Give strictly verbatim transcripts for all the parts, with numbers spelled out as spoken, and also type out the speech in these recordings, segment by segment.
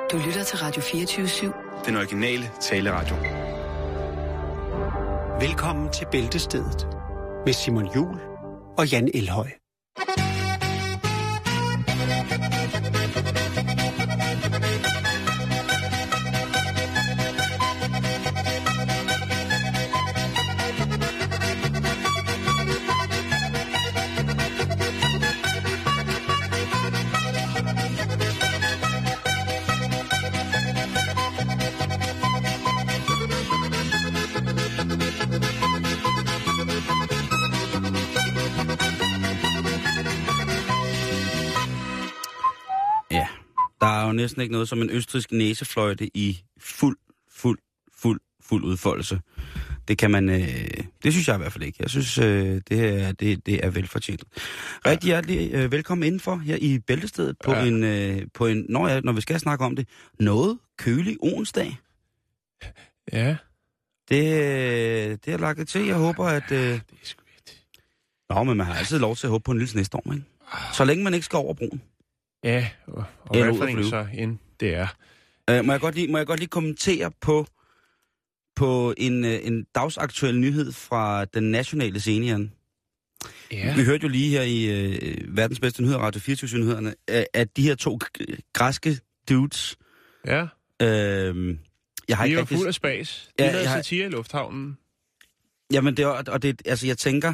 Du lytter til Radio fireogtyve syv. Den originale taleradio. Velkommen til Bæltestedet med Simon Juhl og Jan Elhøj. Der er jo næsten ikke noget som en østrigsk næsefløjte i fuld, fuld, fuld, fuld udfoldelse. Det kan man, øh, det synes jeg i hvert fald ikke. Jeg synes, øh, det, er, det, det er velfortjent. Rigtig hjertelig øh, velkommen indenfor her i Bæltestedet på ja. en, øh, på en når, jeg, når vi skal snakke om det, noget kølig onsdag. Ja. Det, det er lagt til. Jeg håber, at... Øh, det er sgu vigtigt. Nå, men man har altid lov til at håbe på en lille snestorm, ikke? Så længe man ikke skal over broen. Ja, og, og hvad for en så end det er. Uh, må, jeg godt lige, må jeg godt lige kommentere på, på en, uh, en dagsaktuel nyhed fra den nationale scene, Jan. Ja. Vi hørte jo lige her i uh, verdens bedste nyheder, Radio fireogtyve syv-nyhederne, uh, at de her to g- græske dudes... Ja. Uh, jeg har de ikke er jo fuld af spas. De ja, lavede har... satire i lufthavnen. Jamen, det er, og det, altså jeg tænker,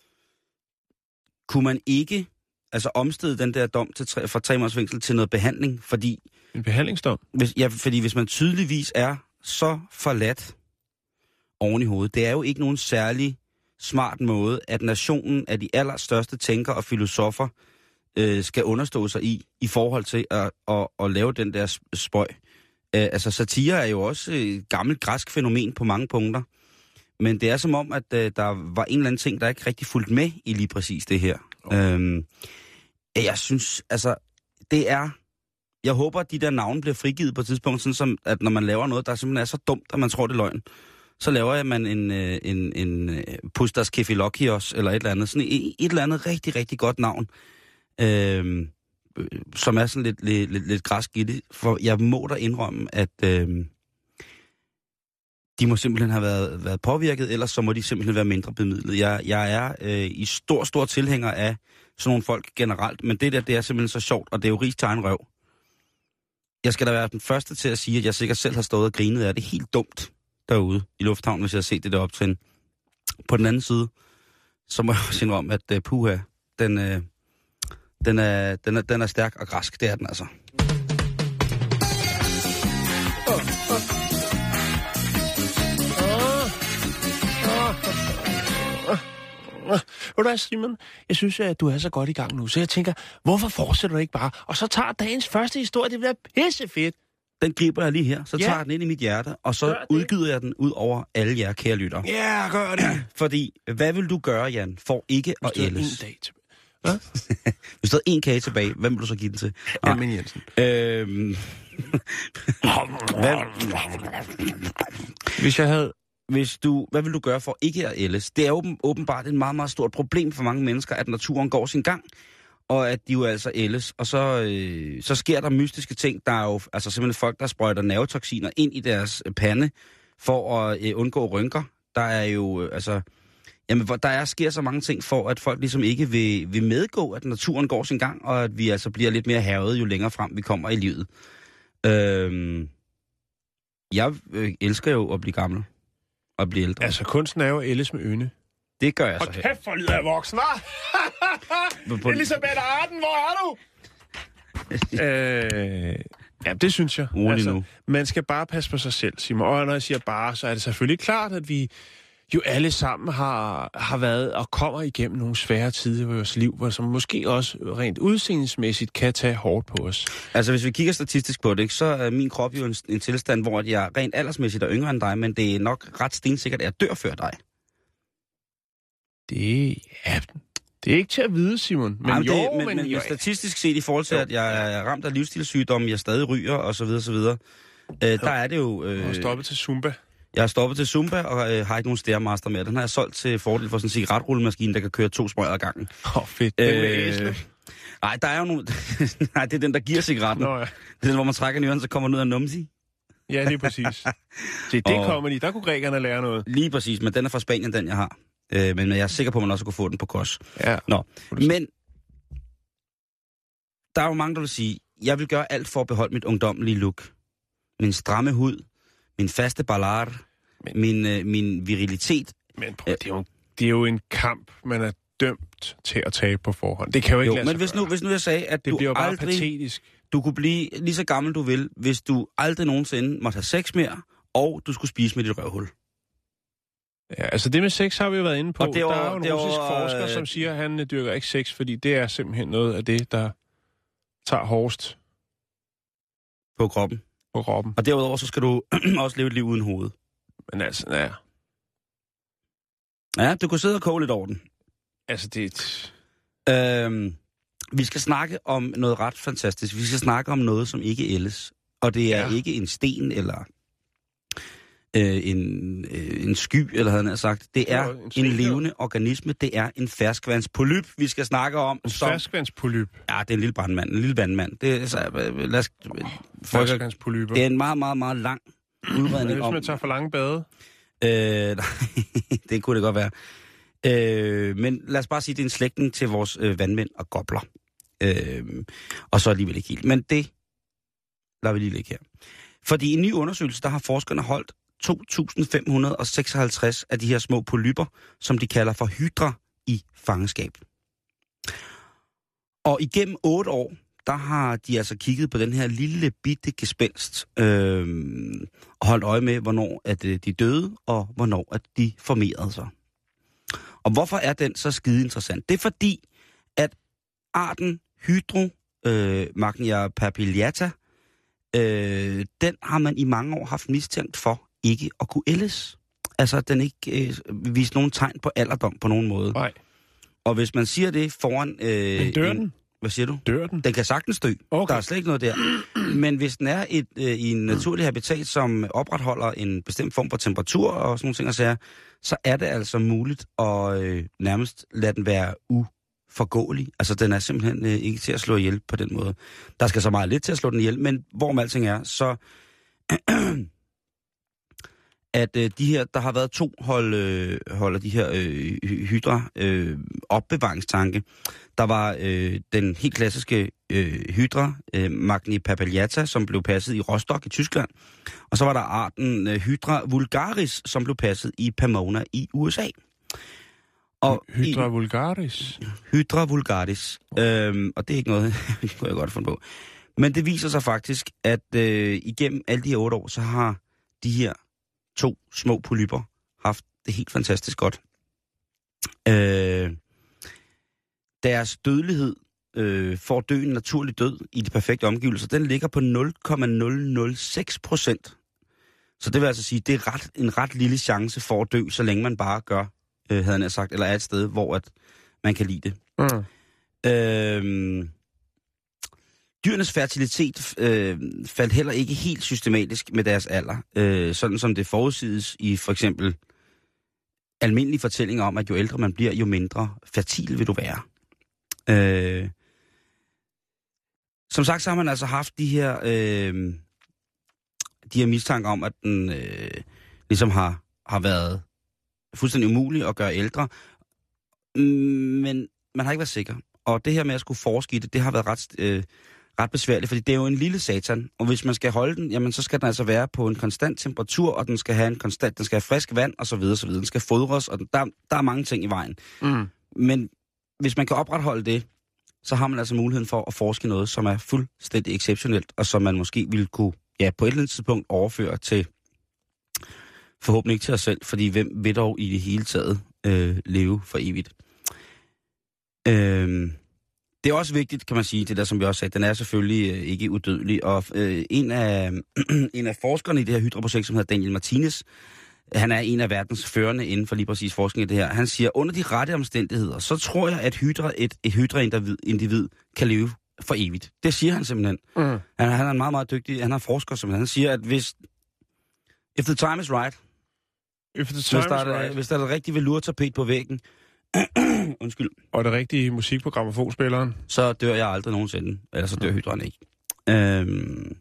kunne man ikke... Altså omstede den der dom til tre, fra tre måneders fængsel til noget behandling, fordi... En behandlingsdom? Hvis, ja, fordi hvis man tydeligvis er så forladt oven i hovedet, det er jo ikke nogen særlig smart måde, at nationen af de allerstørste tænkere og filosofer øh, skal understå sig i, i forhold til at, at, at lave den der spøj. Øh, altså satire er jo også et gammelt græsk fænomen på mange punkter, men det er som om, at øh, der var en eller anden ting, der ikke rigtig fulgte med i lige præcis det her. Okay. Øhm, jeg synes, altså, det er... Jeg håber, at de der navne bliver frigivet på et tidspunkt, sådan som, at når man laver noget, der simpelthen er så dumt, at man tror, det er løgn, så laver man en, en, en Pustas Kefilokios, eller et eller andet, sådan et, et eller andet rigtig, rigtig godt navn, øhm, som er sådan lidt, lidt, lidt, lidt græsk i det, for jeg må da indrømme, at øhm, de må simpelthen have været, været påvirket, ellers så må de simpelthen være mindre bemidlet. Jeg, jeg er øh, i stor, stor tilhænger af sådan nogle folk generelt, men det der, det er simpelthen så sjovt, og det er jo rigs til egen røv. Jeg skal da være den første til at sige, at jeg sikkert selv har stået og grinet af det helt dumt derude i lufthavnen, hvis jeg har set det deroppe til. På den anden side, så må jeg også indrømme, at uh, puha, den, uh, den, er, den, er, den er stærk og græsk, det er den altså. Ved du hvad, Simon? Jeg synes, at du er så godt i gang nu, så jeg tænker, hvorfor fortsætter du ikke bare? Og så tager dagens første historie, det bliver pissefedt. Den griber jeg lige her, så tager ja. jeg den ind i mit hjerte, og så udgyder jeg den ud over alle jer kære lyttere. Ja, gør det. Fordi, hvad vil du gøre, Jan, for ikke at ældes? En dag tilbage. Hvad? Hvis der er en kage tilbage, hvem vil du så give den til? Emil Jensen. Øhm... hvad... Hvis jeg havde... Hvis du, hvad vil du gøre for ikke at ældes? Det er åben, åbenbart et meget, meget stort problem for mange mennesker, at naturen går sin gang, og at de jo altså ældes. Og så, øh, så sker der mystiske ting. Der er jo altså simpelthen folk, der sprøjter nervetoksiner ind i deres pande for at øh, undgå rynker. Der er jo, øh, altså... Jamen, der er, sker så mange ting for, at folk ligesom ikke vil, vil medgå, at naturen går sin gang, og at vi altså bliver lidt mere hærget, jo længere frem vi kommer i livet. Øhm, jeg øh, elsker jo at blive gammel. Og blive ældre. Altså, kunsten er jo at ældes med øjne. Det gør jeg så her. her. Hold kæft, for lyder jeg voksen, hva'? Elisabeth Arden, hvor er du? øh, ja, det synes jeg. Altså, nu. Man skal bare passe på sig selv, Simon. Og når jeg siger bare, så er det selvfølgelig klart, at vi jo alle sammen har, har været og kommer igennem nogle svære tider i vores liv, hvor som måske også rent udseendemæssigt kan tage hårdt på os. Altså, hvis vi kigger statistisk på det, så er min krop jo en, en tilstand, hvor jeg rent aldersmæssigt er yngre end dig, men det er nok ret stensikkert, at jeg dør før dig. Det, ja, det er ikke til at vide, Simon. Men, Ej, men, jo, det, men, men, men jo, statistisk set i forhold til, jo. At jeg er ramt af livsstilssygdomme, jeg stadig ryger osv. osv. Øh, der er det jo... Øh, jeg har stoppet til Zumba. Jeg har stoppet til Zumba og øh, har ikke nogen Stairmaster med. Den har jeg solgt til fordel for sådan en cigaretrullemaskine, der kan køre to sprøjter ad gangen. Åh, oh, fedt. Øh, Nej, der er jo nogle... Nej, det er den, der giver cigaretten. Nå, ja. Det er den, hvor man trækker nyren, så kommer den ud af numsi. Ja, det er præcis. Se, det Og- kommer de. Der kunne grækerne lære noget. Lige præcis, men den er fra Spanien, den jeg har. Øh, men jeg er sikker på, at man også kunne få den på kos. Ja. Nå, men der er jo mange, der vil sige, jeg vil gøre alt for at beholde mit ungdommelige look. Min stramme hud, min faste ballade, Men- min, øh, min virilitet. Men prøv, det, er jo, det er jo en kamp, man er dømt til at tabe på forhånd. Det kan jo ikke Jo, lade men sig hvis nu, gøre. hvis nu jeg sagde, at Det du bliver jo bare aldrig... patetisk. Du kunne blive lige så gammel du vil, hvis du aldrig nogensinde måtte have sex mere, og du skulle spise med dit røvhul. Ja, altså det med sex har vi jo været inde på. Og det var- der er jo en det var, russisk forsker, øh, som siger, at han øh, dyrker ikke sex, fordi det er simpelthen noget af det, der tager hårdest På kroppen. på kroppen. Og derudover så skal du også leve et liv uden hoved. Men altså, ja. Ja, du kunne sidde og koge lidt over den. Altså det er et... Øhm, vi skal snakke om noget ret fantastisk. Vi skal snakke om noget, som ikke ældes. Og det er Ja. ikke en sten eller øh, en, øh, en sky, eller havde han sagt. Det er Jo, en en, sten, en jo. levende organisme. Det er en ferskvandspolyp, vi skal snakke om. En som, ferskvandspolyp. ja, det er en lille brandmand, en lille vandmand. Det er, så, øh, lad os, folk, Ferskvandspolyper. det er en meget, meget, meget lang udredning Hvis om... man tager for lange bade. Øh, nej, det kunne det godt være. Øh, men lad os bare sige, at det er en slægtning til vores øh, vandmænd og gobler. Øh, og så alligevel ikke helt. Men det lader vi lige ligge her. Fordi i en ny undersøgelse, der har forskerne holdt to tusind fem hundrede og seksoghalvtreds af de her små polypper, som de kalder for hydra, i fangenskab. Og igennem otte år, der har de altså kigget på den her lille bitte gespenst, øh, og holdt øje med, hvornår at, øh, de døde, og hvornår at de formerede sig. Og hvorfor er den så skide interessant? Det er fordi, at arten Hydro øh, Magnia papillata, øh, den har man i mange år haft mistænkt for ikke at kunne ældes. Altså, at den ikke øh, viste nogen tegn på alderdom på nogen måde. Nej. Og hvis man siger det foran... Øh, Men dør en, den? Hvad siger du? Dør den? Den kan sagtens dø. Okay. Der er slet ikke noget der. Men hvis den er et, øh, i en naturlig habitat, som opretholder en bestemt form for temperatur og sådan nogle ting, og sager, så er det altså muligt at øh, nærmest lade den være uforgåelig. Altså, den er simpelthen øh, ikke til at slå ihjel på den måde. Der skal så meget lidt til at slå den ihjel, men hvorom alting er, så... at øh, de her, der har været to hold, øh, hold af de her øh, hydra øh, opbevaringstanke. Der var øh, den helt klassiske øh, hydra, øh, Magni papillata, som blev passet i Rostock i Tyskland. Og så var der arten øh, Hydra vulgaris, som blev passet i Pomona i U S A. Og Hydra vulgaris. i, Hydra vulgaris. Øhm, og det er ikke noget, det kunne jeg godt finde på. Men det viser sig faktisk, at øh, igennem alle de her otte år, så har de her to små polypper haft det helt fantastisk godt. Øh, deres dødelighed øh, for at dø en naturlig død i de perfekte omgivelser, den ligger på nul komma nul nul seks procent. Så det vil altså sige, det er ret, en ret lille chance for at dø, så længe man bare gør, øh, havde han sagt, eller er et sted, hvor at man kan lide det. Mm. Øh, Dyrenes fertilitet øh, faldt heller ikke helt systematisk med deres alder, øh, sådan som det forudsiges i for eksempel almindelige fortællinger om, at jo ældre man bliver, jo mindre fertil vil du være. Øh, som sagt, så har man altså haft de her, øh, de her mistanker om, at den øh, ligesom har, har været fuldstændig umulig at gøre ældre, men man har ikke været sikker. Og det her med at skulle forske i det, det har været ret... Øh, ret besværligt, fordi det er jo en lille satan, og hvis man skal holde den, jamen så skal den altså være på en konstant temperatur, og den skal have en konstant, den skal have frisk vand, og så videre, så videre. Den skal fodres, og den, der, der er mange ting i vejen. Mm. Men hvis man kan opretholde det, så har man altså muligheden for at forske noget, som er fuldstændig exceptionelt, og som man måske ville kunne, ja, på et eller andet tidspunkt overføre til, forhåbentlig ikke til os selv, fordi hvem vil dog i det hele taget øh, leve for evigt? Øh, Det er også vigtigt, kan man sige, det der, som vi også sagde, den er selvfølgelig øh, ikke udødelig. Og øh, en, af, en af forskerne i det her hydroprojekt, som hedder Daniel Martinez, han er en af verdens førende inden for lige præcis forskning i det her. Han siger, under de rette omstændigheder, så tror jeg, at hydra, et, et hydra-individ kan leve for evigt. Det siger han simpelthen. Mm. Han, han er en meget, meget dygtig, han er forsker simpelthen. Han siger, at hvis if the time is right, If the hvis time der, is er, right. hvis der er et rigtigt velurtapet på væggen, Undskyld. Og det rigtige musik på grammofonspilleren. Så dør jeg aldrig nogensinde. Eller så dør hydraen ikke. Øhm.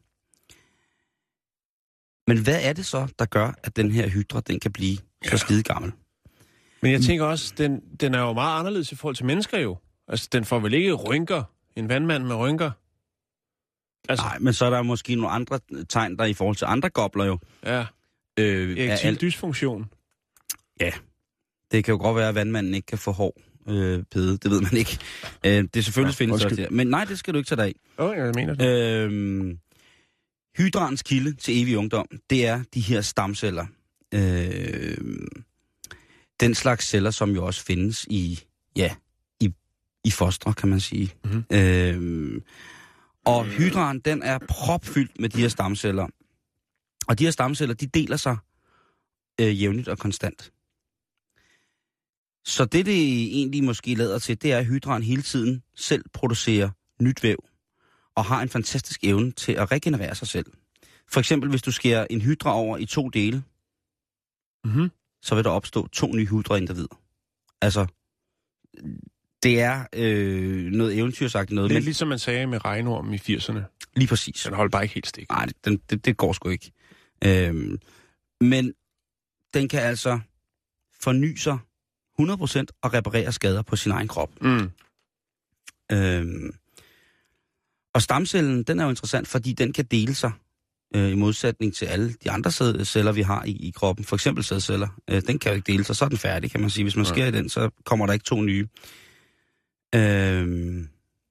Men hvad er det så, der gør, at den her hydra, den kan blive så ja. skide gammel? Men jeg tænker også, den, den er jo meget anderledes i forhold til mennesker jo. Altså, den får vel ikke rynker. En vandmand med rynker. Altså. Nej, men så er der måske nogle andre tegn, der i forhold til andre gobler jo. Ja. Øh, Erektil al... dysfunktion. Ja. Det kan jo godt være, at vandmanden ikke kan få hår øh, pede. Det ved man ikke. Øh, det er selvfølgelig ja, findes også der. Men nej, det skal du ikke tage dig af. Åh, oh, jeg mener det. Øh, hydraens kilde til evig ungdom, det er de her stamceller. Øh, den slags celler, som jo også findes i, ja, i, i fostre, kan man sige. Mm-hmm. Øh, og hydraen, den er propfyldt med de her stamceller. Og de her stamceller, de deler sig øh, jævnligt og konstant. Så det, det egentlig måske lader til, det er, at hydraen hele tiden selv producerer nyt væv, og har en fantastisk evne til at regenerere sig selv. For eksempel, hvis du skærer en hydra over i to dele, mm-hmm. så vil der opstå to nye hydraindivider. Altså, det er øh, noget eventyrsagtigt noget. Det er men... ligesom man sagde med regnormen i firserne. Lige præcis. Den holder bare ikke helt stik. Nej, det, det, det går sgu ikke. Øhm, men den kan altså forny sig hundrede procent og reparere skader på sin egen krop. Mm. Øhm, og stamcellen, den er jo interessant, fordi den kan dele sig øh, i modsætning til alle de andre celler, vi har i, i kroppen. For eksempel sædceller. Øh, den kan jo ikke dele sig, så er den færdig, kan man sige. Hvis man skærer ja. i den, så kommer der ikke to nye. Øhm,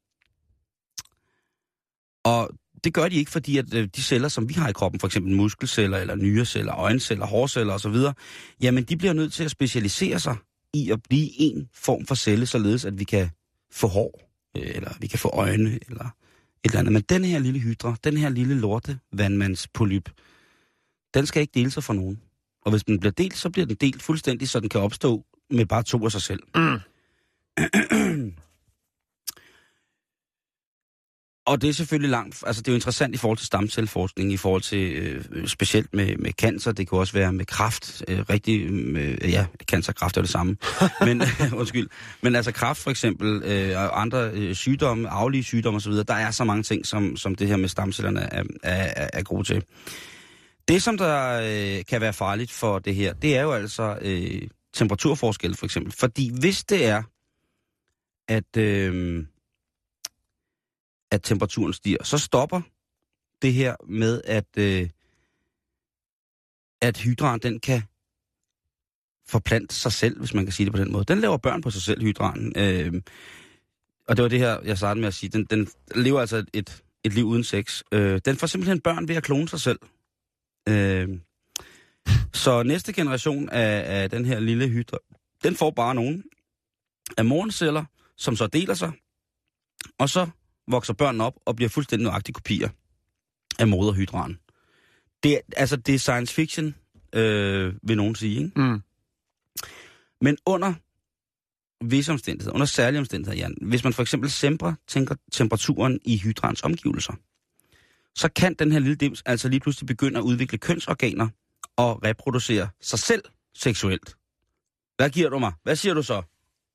og det gør de ikke, fordi at øh, de celler, som vi har i kroppen, for eksempel muskelceller, eller nyreceller, øjenceller, hårceller osv., jamen de bliver nødt til at specialisere sig i at blive en form for celle, således at vi kan få hår, øh, eller vi kan få øjne, eller et eller andet. Men den her lille hydra, den her lille lorte vandmandspolyp, den skal ikke dele sig for nogen. Og hvis den bliver delt, så bliver den delt fuldstændig, så den kan opstå med bare to af sig selv. Mm. Og det er selvfølgelig langt, altså det er jo interessant i forhold til stamcelleforskning, i forhold til øh, specielt med, med cancer, det kan også være med kræft, øh, rigtig, øh, ja, cancer, kræft er det samme, men øh, undskyld, men altså kræft for eksempel, øh, og andre øh, sygdomme, arvelige sygdomme osv., der er så mange ting, som, som det her med stamcellerne er, er, er gode til. Det, som der øh, kan være farligt for det her, det er jo altså øh, temperaturforskel for eksempel, fordi hvis det er, at... Øh, at temperaturen stiger, så stopper det her med, at, øh, at hydraen, den kan forplante sig selv, hvis man kan sige det på den måde. Den laver børn på sig selv, hydraen. Øh, og det var det her, jeg startede med at sige. Den, den lever altså et, et liv uden sex. Øh, den får simpelthen børn ved at klone sig selv. Øh, så næste generation af, af den her lille hydra, den får bare nogle af morens celler, som så deler sig, og så vokser børnene op og bliver fuldstændig nøjagtige kopier af moderhydraen. Det er, altså, det er science fiction, øh, vil nogen sige, ikke? Mm. Men under visse omstændigheder, under særlige omstændigheder, Jan, hvis man for eksempel sæmper tænker temperaturen i hydraens omgivelser, så kan den her lille dims altså lige pludselig begynde at udvikle kønsorganer og reproducere sig selv seksuelt. Hvad giver du mig? Hvad siger du så?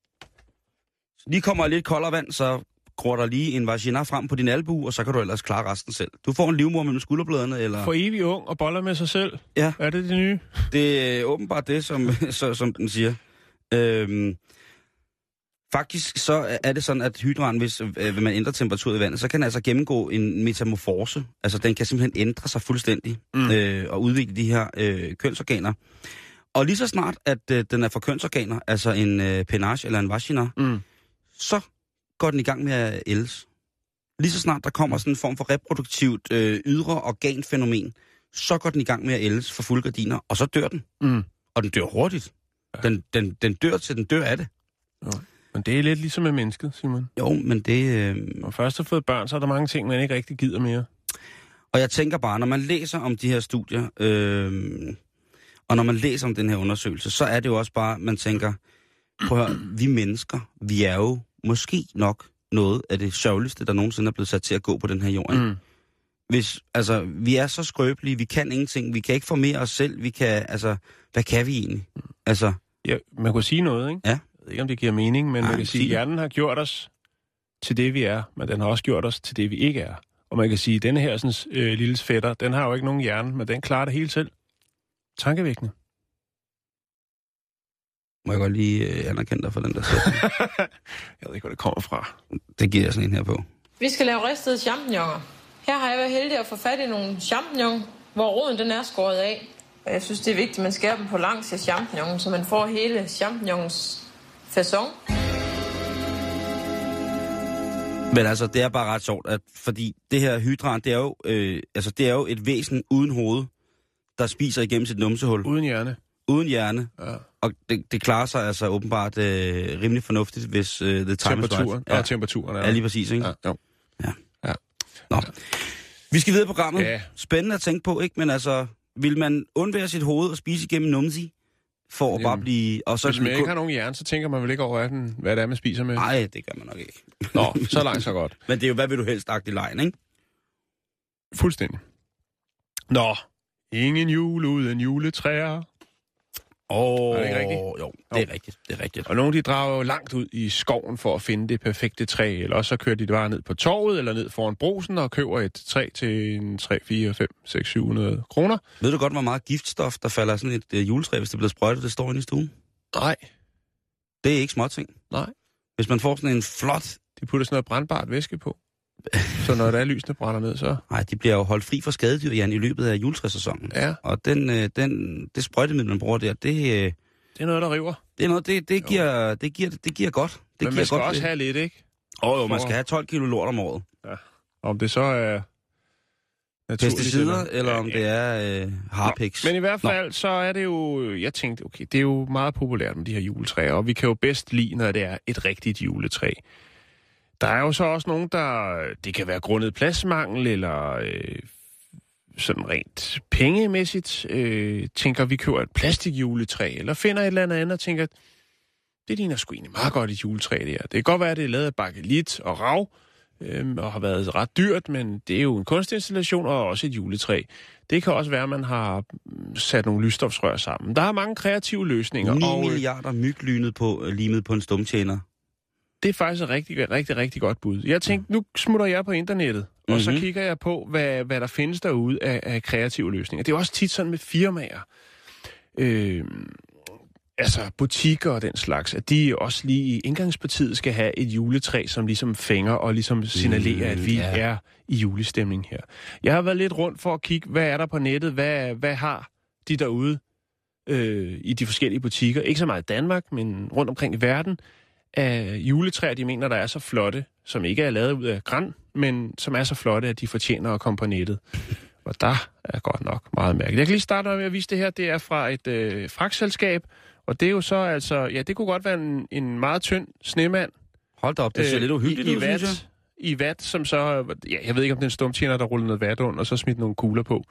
Lige kommer lidt koldere vand, så gror der lige en vagina frem på din albue, og så kan du ellers klare resten selv. Du får en livmor mellem skulderbladene, eller... For evig ung og boller med sig selv? Ja. Er det det nye? Det er åbenbart det, som, så, som den siger. Øhm, faktisk så er det sådan, at hydraen, hvis øh, man ændrer temperatur i vandet, så kan den altså gennemgå en metamorfose. Altså, den kan simpelthen ændre sig fuldstændig, mm. øh, og udvikle de her øh, kønsorganer. Og lige så snart, at øh, den er for kønsorganer, altså en øh, penage eller en vagina, mm. så går den i gang med at ældes. Lige så snart der kommer sådan en form for reproduktivt øh, ydre organfænomen, så går den i gang med at ældes for fulde gardiner, og så dør den. Mm. Og den dør hurtigt. Ja. Den, den, den dør til den dør af det. Jo. Men det er lidt ligesom med mennesket, Simon. Jo, men det... Øh... Når først har fået børn, så er der mange ting, man ikke rigtig gider mere. Og jeg tænker bare, når man læser om de her studier, øh... og når man læser om den her undersøgelse, så er det jo også bare, man tænker, prøv at høre, vi mennesker, vi er jo måske nok noget af det sørgeligste, der nogensinde er blevet sat til at gå på den her jord. Mm. Hvis, altså, vi er så skrøbelige, vi kan ingenting, vi kan ikke formere os selv, vi kan, altså, hvad kan vi egentlig? Altså... Ja, man kunne sige noget, ikke? Ja. ved ikke, om det giver mening, men Nej, man kan sige, at hjernen har gjort os til det, vi er, men den har også gjort os til det, vi ikke er. Og man kan sige, at denne her sådan, øh, lille fætter, den har jo ikke nogen hjerne, men den klarer det hele selv. Tankevækkende. Må jeg godt lige øh, anerkende dig for den der sætning? Jeg ved ikke, hvor det kommer fra. Det giver jeg sådan en her på. Vi skal lave ristede champignoner. Her har jeg været heldig at få fat i nogle champignon, hvor roden den er skåret af. Og jeg synes, det er vigtigt, at man skærer dem på langs af champignonen, så man får hele champignons facon. Men altså, det er bare ret sjovt, at, fordi det her hydran, det er jo, øh, altså, det er jo et væsen uden hoved, der spiser igennem sit numsehul. Uden hjerne. Uden hjerne. Ja. Og det, det klarer sig altså åbenbart øh, rimelig fornuftigt, hvis øh, the time is right. Ja, temperaturen er. Ja, lige præcis, ikke? Ja, jo. Ja. Ja. Nå. Ja. Vi skal videre på programmet. Ja. Spændende at tænke på, ikke? Men altså, vil man undvære sit hoved og spise igennem numsi? For at Jamen, bare blive... Og så hvis man kun... ikke har nogen hjerne, så tænker man vel ikke over, hvad, den, hvad det er, man spiser med? Nej, det gør man nok ikke. Nå, så langt, så godt. Men det er jo, hvad vil du helst agte i lejen, ikke? Fuldstændig. Nå, ingen jul uden juletræer. Åh, oh, er det ikke rigtigt? Jo, det er jo. rigtigt, det er rigtigt. Og nogle de drager jo langt ud i skoven for at finde det perfekte træ, eller også så kører de det bare ned på torvet, eller ned foran brosen og køber et træ til en tre, fire, fem, seks, syv hundrede kroner. Ved du godt, hvor meget giftstof, der falder af sådan et uh, juletræ, hvis det bliver sprøjtet, det står inde i stuen? Nej. Det er ikke småting. Nej. Hvis man får sådan en flot... De putter sådan noget brandbart væske på. Så når der er lysene brænder ned, så... Nej, de bliver jo holdt fri fra skadedyr, Jan, i løbet af juletræssæsonen. Ja. Og den, øh, den, det sprøjtemiddel, man bruger der, det, øh, det er noget, der river. Det er noget, det, det, giver, det, giver, det giver godt. Det Men giver man skal godt, også det. have lidt, ikke? Åh oh, jo, man skal have tolv kilo lort om året. Ja. Om det så er... Pesticider, eller, eller om ja, ja. det er øh, harpiks. Men i hvert fald, Nå. så er det jo... Jeg tænkte, okay, det er jo meget populært med de her juletræer, og vi kan jo bedst lide, når det er et rigtigt juletræ. Der er jo så også nogen, der... Det kan være grundet pladsmangel, eller øh, sådan rent pengemæssigt, øh, tænker, vi køber et plastikjuletræ, eller finder et eller andet andet og tænker, det ligner sgu egentlig meget godt et juletræ, det her. Det kan godt være, at det er lavet af bakelit og rav, øh, og har været ret dyrt, men det er jo en kunstinstallation og også et juletræ. Det kan også være, at man har sat nogle lysstofsrør sammen. Der er mange kreative løsninger. ni og, milliarder myglynet på, limet på en stumtjener. Det er faktisk et rigtig, rigtig, rigtig godt bud. Jeg tænkte, nu smutter jeg på internettet, og mm-hmm. så kigger jeg på, hvad, hvad der findes derude af, af kreative løsninger. Det er også tit sådan med firmaer, øh, altså butikker og den slags, at de også lige i indgangspartiet skal have et juletræ, som ligesom fænger og ligesom signalerer, mm, at vi ja. er i julestemning her. Jeg har været lidt rundt for at kigge, hvad er der på nettet, hvad, hvad har de derude øh, i de forskellige butikker. Ikke så meget i Danmark, men rundt omkring i verden. Af juletræer, de mener, der er så flotte, som ikke er lavet ud af gran, men som er så flotte, at de fortjener at komme på nettet. Og der er godt nok meget mærkeligt. Jeg kan lige starte med at vise det her. Det er fra et øh, fragtselskab, og det er jo så altså... Ja, det kunne godt være en, en meget tynd snemand. Hold da op, det ser øh, lidt uhyggeligt i, ud, i vat, synes jeg. I vat, som så... Ja, jeg ved ikke, om det er en stumtjener, der ruller noget vat under, og så smidt nogle kugler på.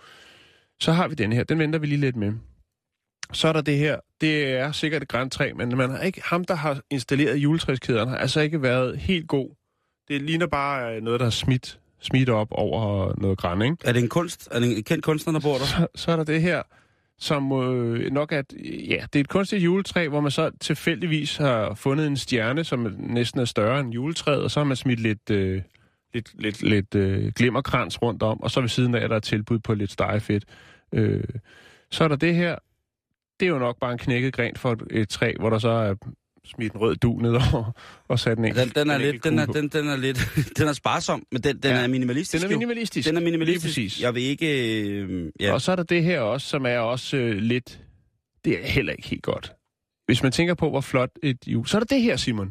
Så har vi den her. Den venter vi lige lidt med. Så er der det her. Det er sikkert et grantræ, men man har ikke, ham, der har installeret juletræskæderne, har altså ikke været helt god. Det ligner bare noget, der har smidt, smidt op over noget græn, ikke? Er det en kunst? Er det en kendt kunstner, der bor der? Så, så er der det her, som øh, nok er... Ja, det er et kunstigt juletræ, hvor man så tilfældigvis har fundet en stjerne, som næsten er større end juletræet, og så har man smidt lidt... Øh, lidt, lidt, lidt øh, glimmerkrans rundt om, og så ved siden af er der tilbud på lidt stegefedt. Øh, så er der det her. Det er jo nok bare en knækket gren for et, et træ, hvor der så er smidt en rød dug nedover og sat en enkelt. Den, den, er lidt, den, er, den, den er lidt, den er sparsom, men den, den ja, er minimalistisk. Den er minimalistisk. Den er minimalistisk. Præcis. Jeg vil ikke... Øh, ja. Og så er der det her også, som er også øh, lidt... Det er heller ikke helt godt. Hvis man tænker på, hvor flot et jul... Så er der det her, Simon.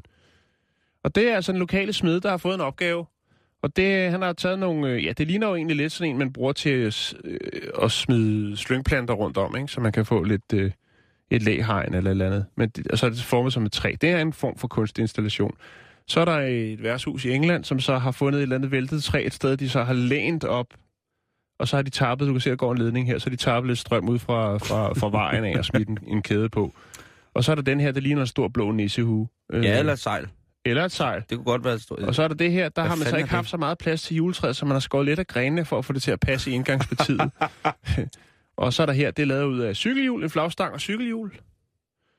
Og det er altså en lokale smed, der har fået en opgave. Og det, han har taget nogle... Øh, ja, det ligner jo egentlig lidt sådan en, man bruger til øh, at smide slyngplanter rundt om, ikke? Så man kan få lidt... Øh, et læhegn eller et eller andet. Men det, og så er det formet som et træ. Det er en form for kunstinstallation. Så er der et værtshus i England, som så har fundet et eller andet væltet træ et sted, de så har lænt op, og så har de tappet, du kan se, der går en ledning her, så har de tappet lidt strøm ud fra, fra, fra vejen af og smidt en, en kæde på. Og så er der den her, der ligner en stor blå nissehue. Ja, eller et sejl. Eller et sejl. Det kunne godt være et stort... Og så er der det her, der Hvad har man så ikke haft så meget plads til juletræet, så man har skåret lidt af grenene for at få det til at passe i indgangspartiet. Og så er der her, det er lavet ud af cykelhjul, en flagstang og cykelhjul.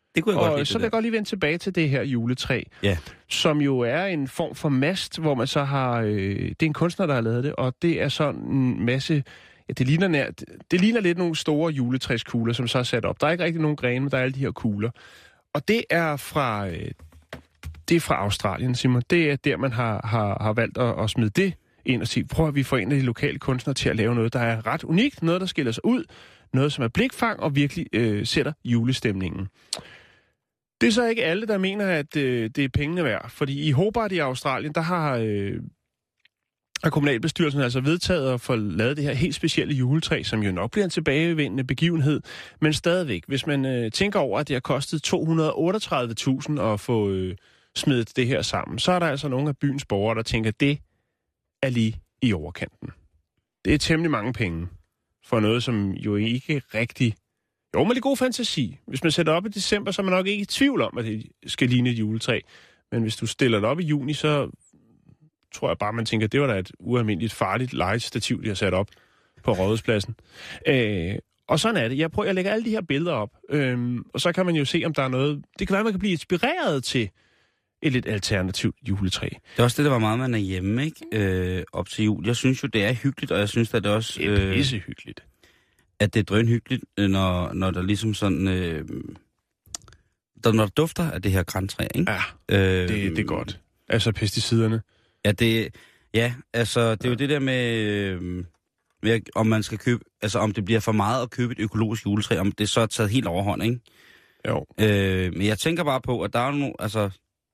Det kunne jeg og godt lide, så vil jeg godt lige vende tilbage til det her juletræ, ja. som jo er en form for mast, hvor man så har... Øh, det er en kunstner, der har lavet det, og det er sådan en masse... Ja, det ligner, nær, det ligner lidt nogle store juletræskugler, som så er sat op. Der er ikke rigtig nogen grene, men der er alle de her kugler. Og det er fra, øh, det er fra Australien, Simon. Det er der, man har, har, har valgt at, at smide det ind og sige, prøv at vi får en af de lokale kunstnere til at lave noget, der er ret unikt, noget, der skiller sig ud, noget, som er blikfang og virkelig øh, sætter julestemningen. Det er så ikke alle, der mener, at øh, det er pengene værd. Fordi i Hobart i Australien, der har, øh, har kommunalbestyrelsen altså vedtaget at få lavet det her helt specielle juletræ, som jo nok bliver en tilbagevendende begivenhed. Men stadigvæk, hvis man øh, tænker over, at det har kostet to hundrede og otteogtredive tusind at få øh, smidt det her sammen, så er der altså nogle af byens borgere, der tænker, at det er lige i overkanten. Det er temmelig mange penge for noget, som jo ikke rigtig... Jo, med lidt god fantasi. Hvis man sætter op i december, så er man nok ikke i tvivl om, at det skal ligne et juletræ. Men hvis du stiller det op i juni, så tror jeg bare, man tænker, at det var da et ualmindeligt farligt legestativ, de har sat op på Rådhuspladsen. Øh, og sådan er det. Jeg prøver, jeg lægger alle de her billeder op, øh, og så kan man jo se, om der er noget... Det kan være, man kan blive inspireret til et lidt alternativt juletræ. Det er også det, der var meget, man er hjemme, ikke? Øh, op til jul. Jeg synes jo, det er hyggeligt, og jeg synes, at det også... Det er pisse hyggeligt. At det er drønhyggeligt, når, når der ligesom sådan... Øh, der, når der dufter af det her grantræ, ikke? Ja, øh, det, det er godt. Altså pesticiderne. Ja, det, ja, altså, det er jo det der med, øh, med, om man skal købe... Altså, om det bliver for meget at købe et økologisk juletræ, om det så er taget helt overhånd, ikke? Jo. Øh, men jeg tænker bare på, at der er nogle... Altså,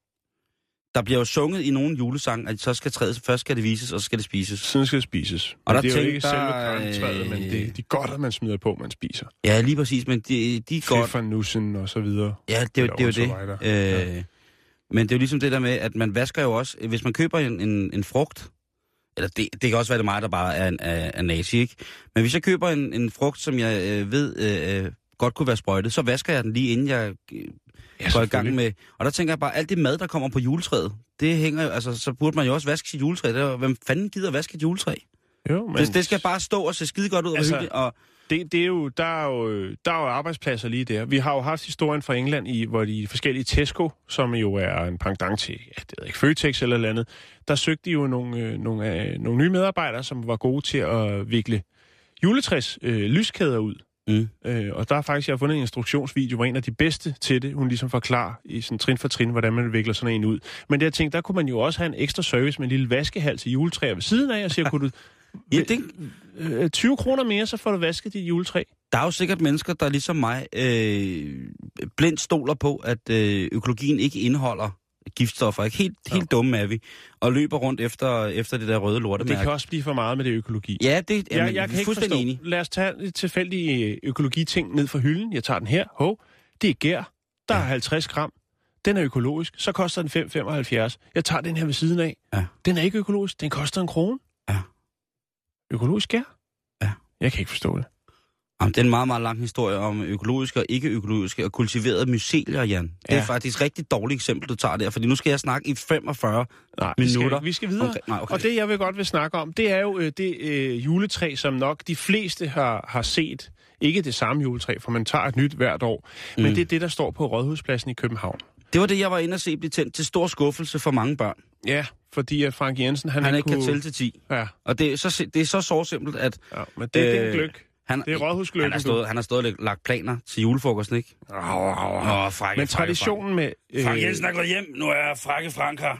der bliver jo sunget i nogle julesang, at så skal træet, først skal det vises, og så skal det spises. Sådan skal det spises. Og men der det er jo tænk, ikke der, selve grantræet, men det, det er godt, at man smider på, man spiser. Ja, lige præcis, men de, de er godt... Fiffernussen og så videre. Ja, det, det, det er jo det. Øh, ja. Men det er jo ligesom det der med, at man vasker jo også... Hvis man køber en, en, en frugt, eller det, det kan også være det mig, der bare er, er, er nazi, ikke? Men hvis jeg køber en, en frugt, som jeg øh, ved øh, godt kunne være sprøjtet, så vasker jeg den lige inden jeg... Øh, Ja, går i gang med. Og der tænker jeg bare, alt det mad, der kommer på juletræet, det hænger jo, altså, så burde man jo også vaske sit juletræ. Der, hvem fanden gider vaske et juletræ? Jo, men... Det, det skal bare stå og se skide godt ud altså, og hyggeligt. Og... Det, det er jo, der, er jo, der er jo arbejdspladser lige der. Vi har jo haft historien fra England, i, hvor de forskellige Tesco, som jo er en pendant til, ja, det ved ikke, Føtex eller eller andet, der søgte de jo nogle, øh, nogle, øh, nogle nye medarbejdere, som var gode til at vikle juletræs øh, lyskæder ud. Mm. Øh, og der har faktisk, jeg har fundet en instruktionsvideo, hvor en af de bedste til det, hun ligesom forklarer i sådan trin for trin, hvordan man vikler sådan en ud. Men det jeg tænkte, der kunne man jo også have en ekstra service med en lille vaskehal til juletræer ved siden af, og siger, kunne du ja, det... øh, tyve kroner mere, så får du vasket dit juletræ. Der er jo sikkert mennesker, der ligesom mig øh, blindt stoler på, at øh, økologien ikke indeholder giftstoffer. Ikke? Helt, helt dumme er vi. Og løber rundt efter, efter det der røde lortemærke. Det kan også blive for meget med det økologi. Ja, det er jeg, jeg kan ikke forstå. Enig. Lad os tage et tilfældigt økologiting ned fra hylden. Jeg tager den her. Hov, det er gær. Der er halvtreds gram. Den er økologisk. Så koster den fem komma femoghalvfjerds. Jeg tager den her ved siden af. Ja. Den er ikke økologisk. Den koster en krone. Ja. Økologisk gær? Ja. Jeg kan ikke forstå det. Jamen, det er en meget, meget lang historie om økologiske og ikke-økologiske og kultiverede mycelier, Jan. Det ja. er faktisk et rigtig dårligt eksempel, du tager der, fordi nu skal jeg snakke i femogfyrre nej, minutter. Vi skal, vi skal videre. Okay, nej, okay. Og det, jeg vil godt vil snakke om, det er jo øh, det øh, juletræ, som nok de fleste har, har set. Ikke det samme juletræ, for man tager et nyt hvert år. Men mm. det er det, der står på Rådhuspladsen i København. Det var det, jeg var inde og se blive tændt til stor skuffelse for mange børn. Ja, fordi at Frank Jensen, han, han ikke kunne... kan tælle til ti. Ja. Og det er så, det er så sårsimpelt, at... Ja, men det, øh, det er en gløk. Han, det er rådhusgløkken. Han har stået, han har stået og lagt planer til julefrokosten, ikke? Åh, oh, oh, frakke, men traditionen med... Øh... Frank Jensen er gået hjem. Nu er Frakke Frank her.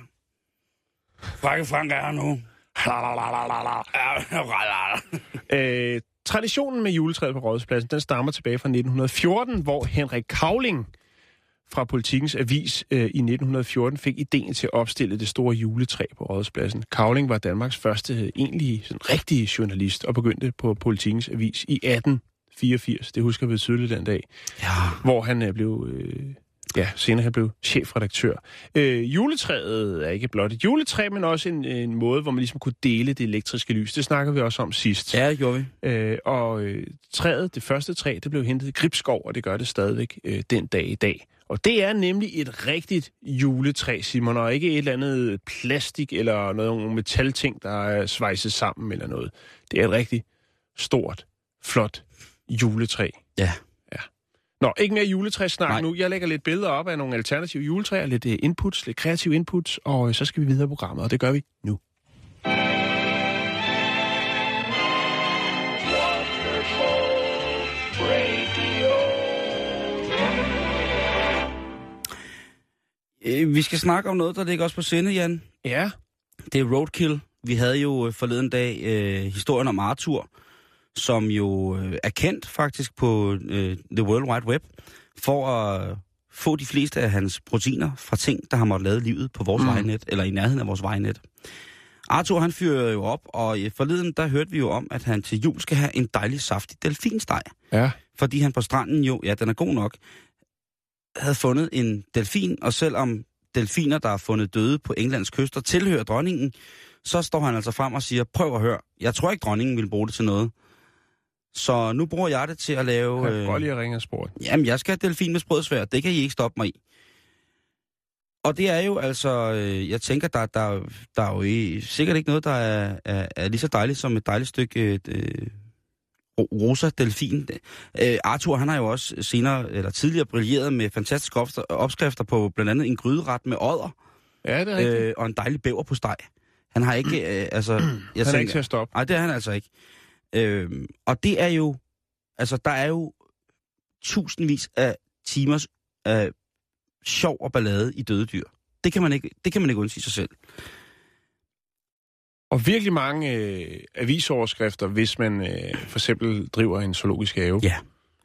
Frakke Frank er her nu. øh, traditionen med juletræet på Rådhuspladsen, den stammer tilbage fra nitten fjorten, hvor Henrik Cavling fra Politikens Avis øh, i nitten fjorten fik ideen til at opstille det store juletræ på Rådhuspladsen. Cavling var Danmarks første egentlige, sådan rigtige journalist og begyndte på Politikens Avis i atten fireogfirs. Det husker vi tydeligt den dag, ja. Hvor han øh, blev... Øh, ja, senere han blev chefredaktør. Øh, juletræet er ikke blot et juletræ, men også en, en måde, hvor man ligesom kunne dele det elektriske lys. Det snakker vi også om sidst. Ja, det gjorde vi. Øh, og øh, træet, det første træ, det blev hentet i Gribskov, og det gør det stadigvæk øh, den dag i dag. Og det er nemlig et rigtigt juletræ, Simon, og ikke et eller andet plastik eller noget metalting, der er svejset sammen eller noget. Det er et rigtig stort, flot juletræ. Ja. Ja. Nå, ikke mere juletræssnak Nej. nu. Jeg lægger lidt billeder op af nogle alternative juletræer, lidt inputs, lidt kreativ inputs, og så skal vi videre i programmet, og det gør vi nu. Vi skal snakke om noget, der ligger også på sinde, Jan. Ja. Det er roadkill. Vi havde jo forleden dag øh, historien om Arthur, som jo øh, er kendt faktisk på øh, The World Wide Web, for at få de fleste af hans proteiner fra ting, der har måttet lade livet på vores mm. vejnet, eller i nærheden af vores vejnet. Arthur, han fyrer jo op, og forleden, der hørte vi jo om, at han til jul skal have en dejlig saftig delfinsteg. Ja. Fordi han på stranden jo, ja, den er god nok, havde fundet en delfin, og selvom delfiner, der er fundet døde på Englands kyster, tilhører dronningen, så står han altså frem og siger, prøv at høre, jeg tror ikke, dronningen vil bruge det til noget. Så nu bruger jeg det til at lave... Jeg kan øh, godt lige at ringe og spørge. Jamen, jeg skal have delfin med sprødsvær, det kan I ikke stoppe mig i. Og det er jo altså, øh, jeg tænker, der, der, der er jo i, sikkert ikke noget, der er, er, er lige så dejligt som et dejligt stykke øh, rosa delfin. Øh, Arthur, han har jo også senere, eller tidligere brilleret med fantastiske opskrifter på blandt andet en gryderet med odder. Ja, det er rigtigt. Øh, og en dejlig bæver på steg. Han har ikke, øh, altså... Jeg han er tænker, ikke til at stoppe. Nej, det er han altså ikke. Øh, og det er jo, altså der er jo tusindvis af timers af sjov og ballade i døde dyr. Det kan man ikke, det kan man ikke undsige sig selv. Og virkelig mange øh, avisoverskrifter, hvis man øh, for eksempel driver en zoologisk have. Ja.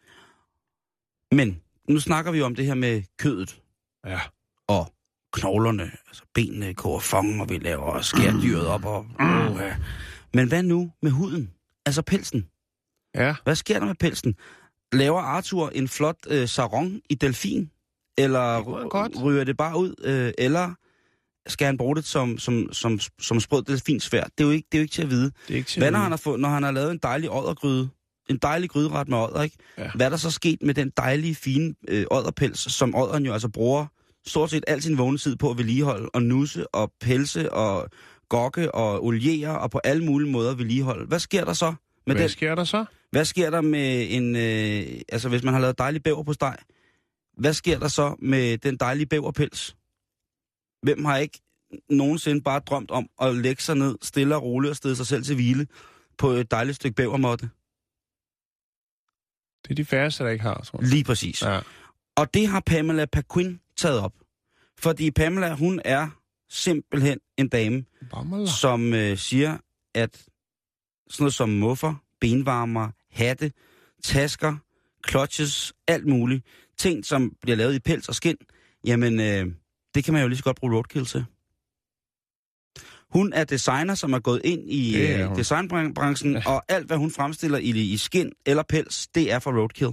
Men nu snakker vi om det her med kødet. Ja. Og knoglerne, altså benene, koger fangen, og vi laver og skærer dyret op. Og, uh, ja. Men hvad nu med huden? Altså pelsen. Ja. Hvad sker der med pelsen? Laver Arthur en flot øh, sarong i delfin? Eller godt. ryger det bare ud? Øh, eller skal han bruge det som, som, som, som sprød delfinsvær? Det er jo ikke, det er jo ikke til at vide. Det er ikke til Hvad at når vide. han har fået, når han har lavet en dejlig oddergryde? En dejlig gryderet med odder, ikke? Ja. Hvad er der så sket med den dejlige, fine øh, odderpels, som odderen jo altså bruger stort set al sin vågne tid på at vedligeholde, og nusse, og pelse, og gokke, og oliere, og på alle mulige måder vedligeholde. Hvad sker der så med Hvad den? sker der så? Hvad sker der med en, øh, altså hvis man har lavet dejlig bæver på steg, hvad sker der så med den dejlige bæverpels? Hvem har ikke nogensinde bare drømt om at lægge sig ned, stille og roligt og stede sig selv til hvile på et dejligt stykke bævermåtte? Det er de færreste, der ikke har, tror jeg. Lige præcis. Ja. Og det har Pamela Paquin taget op. Fordi Pamela, hun er simpelthen en dame, Bammela. som øh, siger, at sådan noget som muffer, benvarmer, hatte, tasker, clutches, alt muligt, ting, som bliver lavet i pels og skind, jamen, øh, det kan man jo lige så godt bruge roadkill til. Hun er designer, som er gået ind i øh, designbranchen, ja. Og alt, hvad hun fremstiller i, i skind eller pels, det er for roadkill.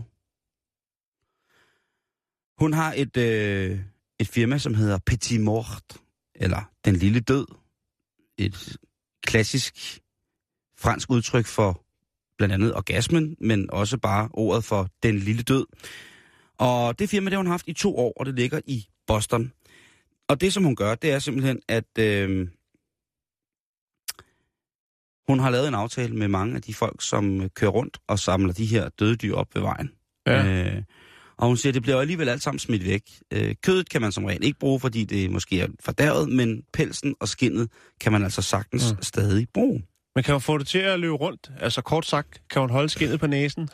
Hun har et, øh, et firma, som hedder Petit Mort, eller Den Lille Død. Et klassisk fransk udtryk for blandt andet orgasmen, men også bare ordet for Den Lille Død. Og det firma, det har hun haft i to år, og det ligger i Boston. Og det, som hun gør, det er simpelthen, at øh, hun har lavet en aftale med mange af de folk, som kører rundt og samler de her døde dyr op ved vejen. Ja. Øh, og hun siger, at det bliver alligevel alt sammen smidt væk. Øh, kødet kan man som regel ikke bruge, fordi det måske er fordærvet, men pelsen og skindet kan man altså sagtens mm. stadig bruge. Men kan hun få det til at løbe rundt? Altså kort sagt, kan hun holde skindet på næsen?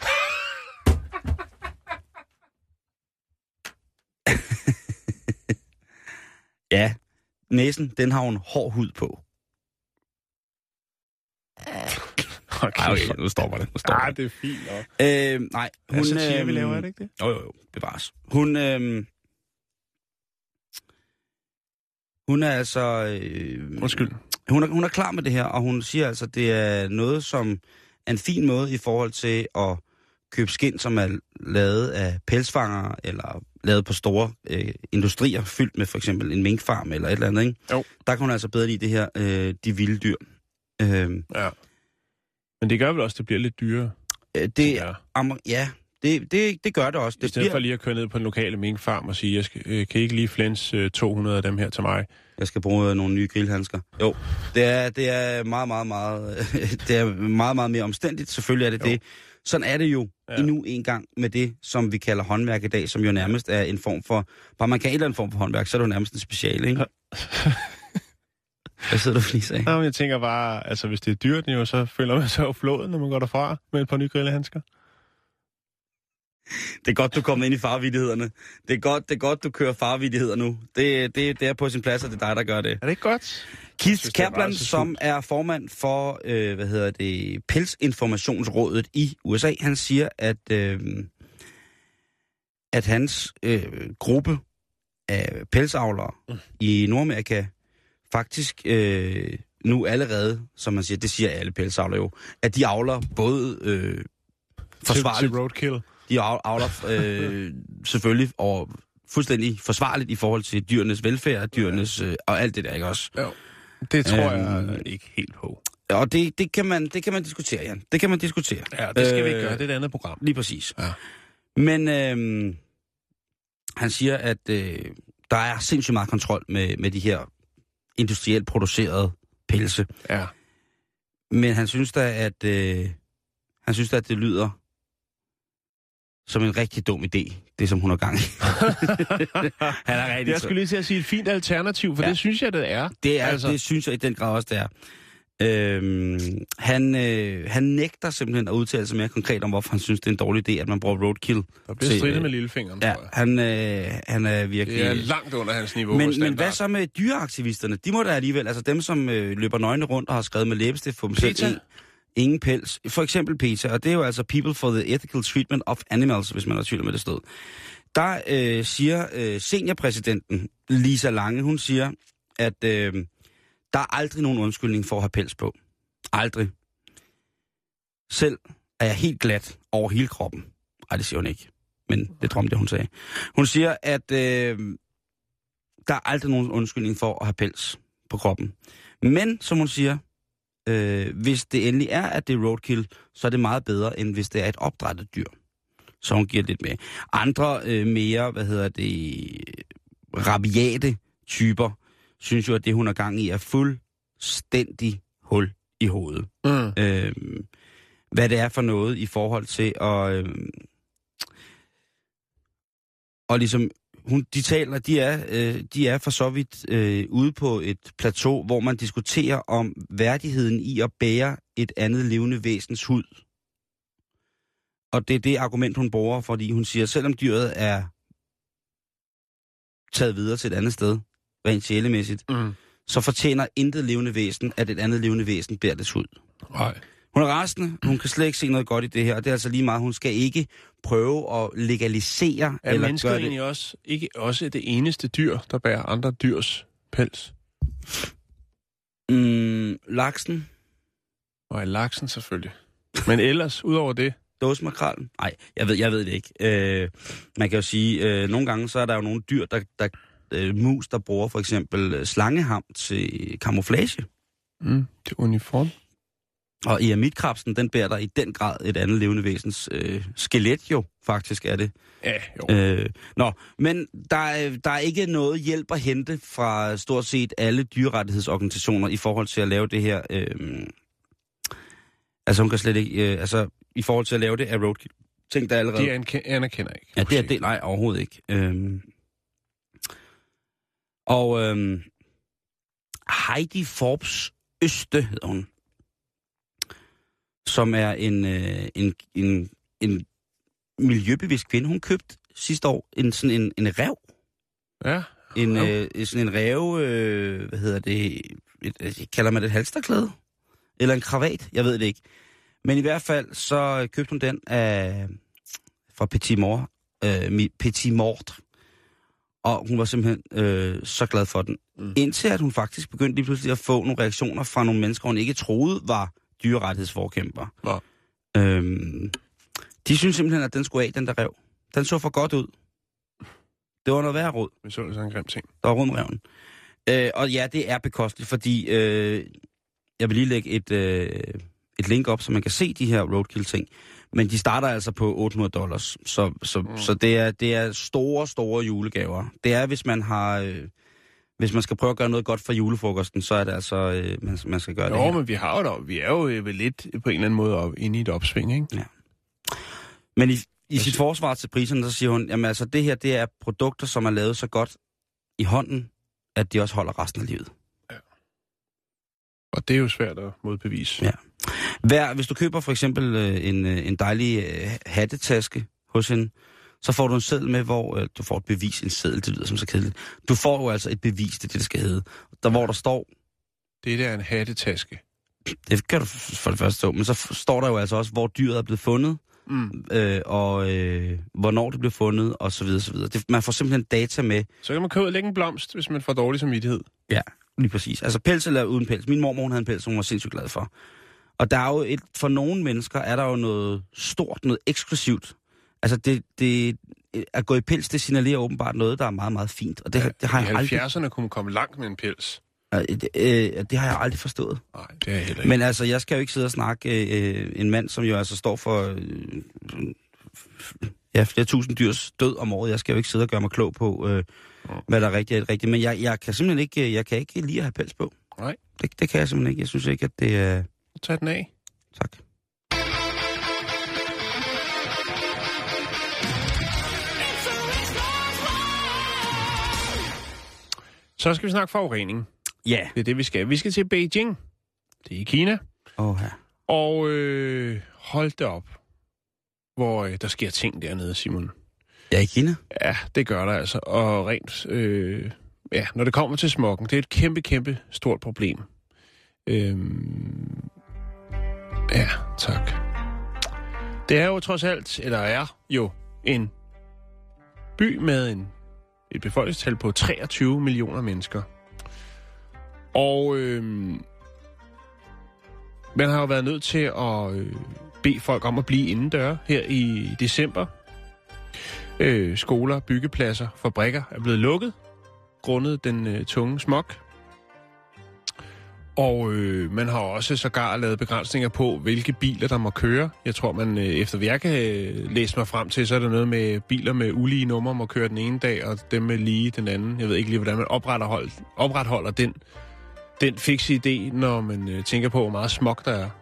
Ja, næsen, den har hun hård hud på. Okay, Ej, okay, nu stopper det. Nu stopper ah, det. det er fint nok. Øh, nej, hun... Hun, satire, øh, vi laver, er det ikke det? Jo, jo, jo, bevares. Hun, øh, hun er altså... Øh, Undskyld. Hun er, hun er klar med det her, og hun siger altså, det er noget, som er en fin måde i forhold til at købe skind, som er lavet af pelsfangere, eller lavet på store øh, industrier, fyldt med for eksempel en minkfarm eller et eller andet, ikke? Jo. Der kan hun altså bedre lide det her, øh, de vilde dyr. Øh, Ja. Men det gør vel også, at det bliver lidt dyrere? øh, det, Ja. amer, ja, det, det, det gør det også. I Det stedet bliver, for lige at køre ned på den lokale minkfarm og sige, jeg skal, øh, kan I ikke lige flens øh, to hundrede af dem her til mig? Jeg skal bruge nogle nye grillhandsker. Jo, det er, det er meget, meget, meget, det er meget, meget mere omstændigt. Selvfølgelig er det Jo. det. Sådan er det jo. ja. endnu en gang med det, som vi kalder håndværk i dag, som jo nærmest er en form for... Bare man kan en eller anden form for håndværk, så er det jo nærmest en speciale, ikke? Hvad sidder du for lige af? Jamen, jeg tænker bare, altså hvis det er dyrt, jo, så føler man sig jo flået, når man går derfra med et par nye grillehandsker. Det er godt, du kommer ind i farvidighederne. Det er godt, det er godt du kører farvidigheder nu. Det, det, det er på sin plads, og det er dig, der gør det. Er det ikke godt? Keith Kaplan, som er formand for, øh, hvad hedder det, Pelsinformationsrådet i U S A, han siger, at, øh, at hans øh, gruppe af pelsavlere mm. i Nordamerika faktisk øh, nu allerede, som man siger, det siger alle pelsavlere jo, at de avler både øh, forsvarligt... Til roadkill. De avler øh, selvfølgelig og fuldstændig forsvarligt i forhold til dyrenes velfærd, dyrenes øh, og alt det der, ikke også? Jo, det tror øhm, jeg ikke helt på. Og det, det, kan man, det kan man diskutere, Jan. Det kan man diskutere. Ja, det skal øh, vi ikke gøre. Det er et andet program. Lige præcis. Ja. Men øh, han siger, at øh, der er sindssygt meget kontrol med, med de her industrielt producerede pelse. Ja. Men han synes da, at, øh, han synes da, at det lyder som en rigtig dum idé, det som hun har gang i. Han er rigtig jeg skulle lige til at sige et fint alternativ, for ja. det synes jeg, det er. Det er, altså. Det synes jeg i den grad også, det er. Øhm, han, øh, han nægter simpelthen at udtale sig mere konkret om, hvorfor han synes, det er en dårlig idé, at man bruger roadkill. Der bliver stridet øh, med lillefingeren, ja, tror jeg. Han, øh, han er virkelig... Det er langt under hans niveau. Men, men hvad så med dyreaktivisterne? De må da alligevel, altså dem, som øh, løber nøgne rundt og har skrevet med læbestift for dem selv. Ingen pels. For eksempel PETA, og det er jo altså People for the Ethical Treatment of Animals, hvis man har tvivl med det sted. Der øh, siger øh, seniorpræsidenten Lisa Lange, hun siger, at øh, der er aldrig nogen undskyldning for at have pels på. Aldrig. Selv er jeg helt glat over hele kroppen. Ej, det siger hun ikke, men det tror jeg, det hun sagde. Hun siger, at øh, der er aldrig nogen undskyldning for at have pels på kroppen. Men, som hun siger, Øh, hvis det endelig er, at det er roadkill, så er det meget bedre, end hvis det er et opdrættet dyr. Så hun giver lidt med. Andre øh, mere, hvad hedder det, rabiate typer, synes jo, at det, hun har gang i, er fuldstændig hul i hovedet. Mm. Øh, hvad det er for noget i forhold til at... Øh, og ligesom... Hun, de taler, de er, øh, de er for så vidt øh, ude på et plateau, hvor man diskuterer om værdigheden i at bære et andet levende væsens hud. Og det er det argument, hun bruger, fordi hun siger, selvom dyret er taget videre til et andet sted, rent sjælemæssigt, mm. så fortjener intet levende væsen, at et andet levende væsen bærer dets hud. Nej. Hun er rasende, hun kan slet ikke se noget godt i det her, og det er altså lige meget, hun skal ikke prøve at legalisere. Er eller mennesker gøre det. egentlig også, ikke også det eneste dyr, der bærer andre dyrs pels? Mm, laksen. Og laksen selvfølgelig. Men ellers, udover det? Dåsemakrel? Nej, jeg ved, jeg ved det ikke. Øh, man kan jo sige, øh, nogle gange så er der jo nogle dyr, der, der øh, mus, der bruger for eksempel slangeham til camouflage. Mm, til uniform. Og eremitkrebsen, den bærer der i den grad et andet levende væsens øh, skelet jo, faktisk er det. Ja, jo. Øh, nå, men der er, der er ikke noget hjælp at hente fra stort set alle dyrerettighedsorganisationer i forhold til at lave det her. Øh, altså hun kan slet ikke, øh, altså i forhold til at lave det af roadkill. Tænk der allerede. De anerkender ikke. Ja, det er det, nej, overhovedet ikke. Øh, og øh, Heidi Forbes Øste hedder hun, som er en, øh, en, en, en miljøbevidst kvinde. Hun købte sidste år en, sådan en, en ræv. Ja. En, øh, sådan en ræv, øh, hvad hedder det, et, kalder man det et halsterklæde? Eller en kravat? Jeg ved det ikke. Men i hvert fald, så købte hun den af, fra Petit Mort, øh, Petit Mort. Og hun var simpelthen øh, så glad for den. Mm. Indtil at hun faktisk begyndte lige pludselig at få nogle reaktioner fra nogle mennesker, hun ikke troede var dyrerettighedsforkæmper. Ja. Øhm, de synes simpelthen, at den skulle af, den der ræv. Den så for godt ud. Det var noget værre råd. Vi så det sådan en grim ting. Der var rundt ræven. Øh, og ja, det er bekosteligt, fordi øh, jeg vil lige lægge et, øh, et link op, så man kan se de her roadkill-ting. Men de starter altså på otte hundrede dollars. Så, så, mm. så det, er, det er store, store julegaver. Det er, hvis man har... Øh, Hvis man skal prøve at gøre noget godt for julefrokosten, så er det altså, øh, man, man skal gøre jo, det her. Jo, men vi har jo da, vi er jo vel lidt på en eller anden måde op, inde i et opsving, ikke? Ja. Men i, i sit forsvar til priserne, så siger hun, jamen altså, det her, det er produkter, som er lavet så godt i hånden, at de også holder resten af livet. Ja. Og det er jo svært at modbevise. Ja. Hver, hvis du køber for eksempel øh, en, øh, en dejlig øh, hattetaske hos hende, så får du en seddel med, hvor øh, du får et bevis, en seddel, det lyder som så kedeligt. Du får jo altså et bevis, det er det, der skal hedde. Der hvor der står... Det der er en hattetaske. Det kan du for det første stå, men så står der jo altså også, hvor dyret er blevet fundet, mm. øh, og øh, hvornår det blev fundet, og så videre, så videre. Det, man får simpelthen data med. Så kan man købe og lægge en blomst, hvis man får dårlig samvittighed. Ja, lige præcis. Altså pels eller uden pels. Min mormor, hun havde en pels, hun var sindssygt glad for. Og der er jo et, for nogle mennesker er der jo noget stort, noget eksklusivt. Altså det, det at gå i pels, det signalerer åbenbart noget, der er meget, meget fint. Og det, ja, det har jeg i aldrig... halvfjerdserne kunne man komme langt med en pels. Det, øh, det har jeg aldrig forstået. Nej, det er jeg heller ikke. Men altså, jeg skal jo ikke sidde og snakke øh, en mand, som jo altså står for øh, ja, flere tusind dyrs død om året. Jeg skal jo ikke sidde og gøre mig klog på, øh, hvad der er rigtigt og rigtigt. Men jeg, jeg kan simpelthen ikke, jeg kan ikke lide at have pels på. Nej. Det, det kan jeg simpelthen ikke. Jeg synes ikke, at det er... Øh... Tag den af. Tak. Så skal vi snakke forurening. Ja. Yeah. Det er det, vi skal. Vi skal til Beijing. Det er i Kina. Åh, ja. Og øh, hold det op, hvor øh, der sker ting dernede, Simon. Ja, i Kina? Ja, det gør der altså. Og rent, øh, ja, når det kommer til smoggen, det er et kæmpe, kæmpe stort problem. Øhm, ja, tak. Det er jo trods alt, eller er jo en by med en, et befolkningstal på treogtyve millioner mennesker. Og øh, man har jo været nødt til at øh, bede folk om at blive indendøre her i december. Øh, skoler, byggepladser, fabrikker er blevet lukket, grundet den øh, tunge smog. Og øh, man har også sågar lavet begrænsninger på, hvilke biler der må køre. Jeg tror, man øh, efter hvad jeg kan øh, læse mig frem til, så er der noget med biler med ulige numre må køre den ene dag, og dem med lige den anden. Jeg ved ikke lige, hvordan man opretholder, opretholder den, den fikse idé, når man øh, tænker på, hvor meget smog der er.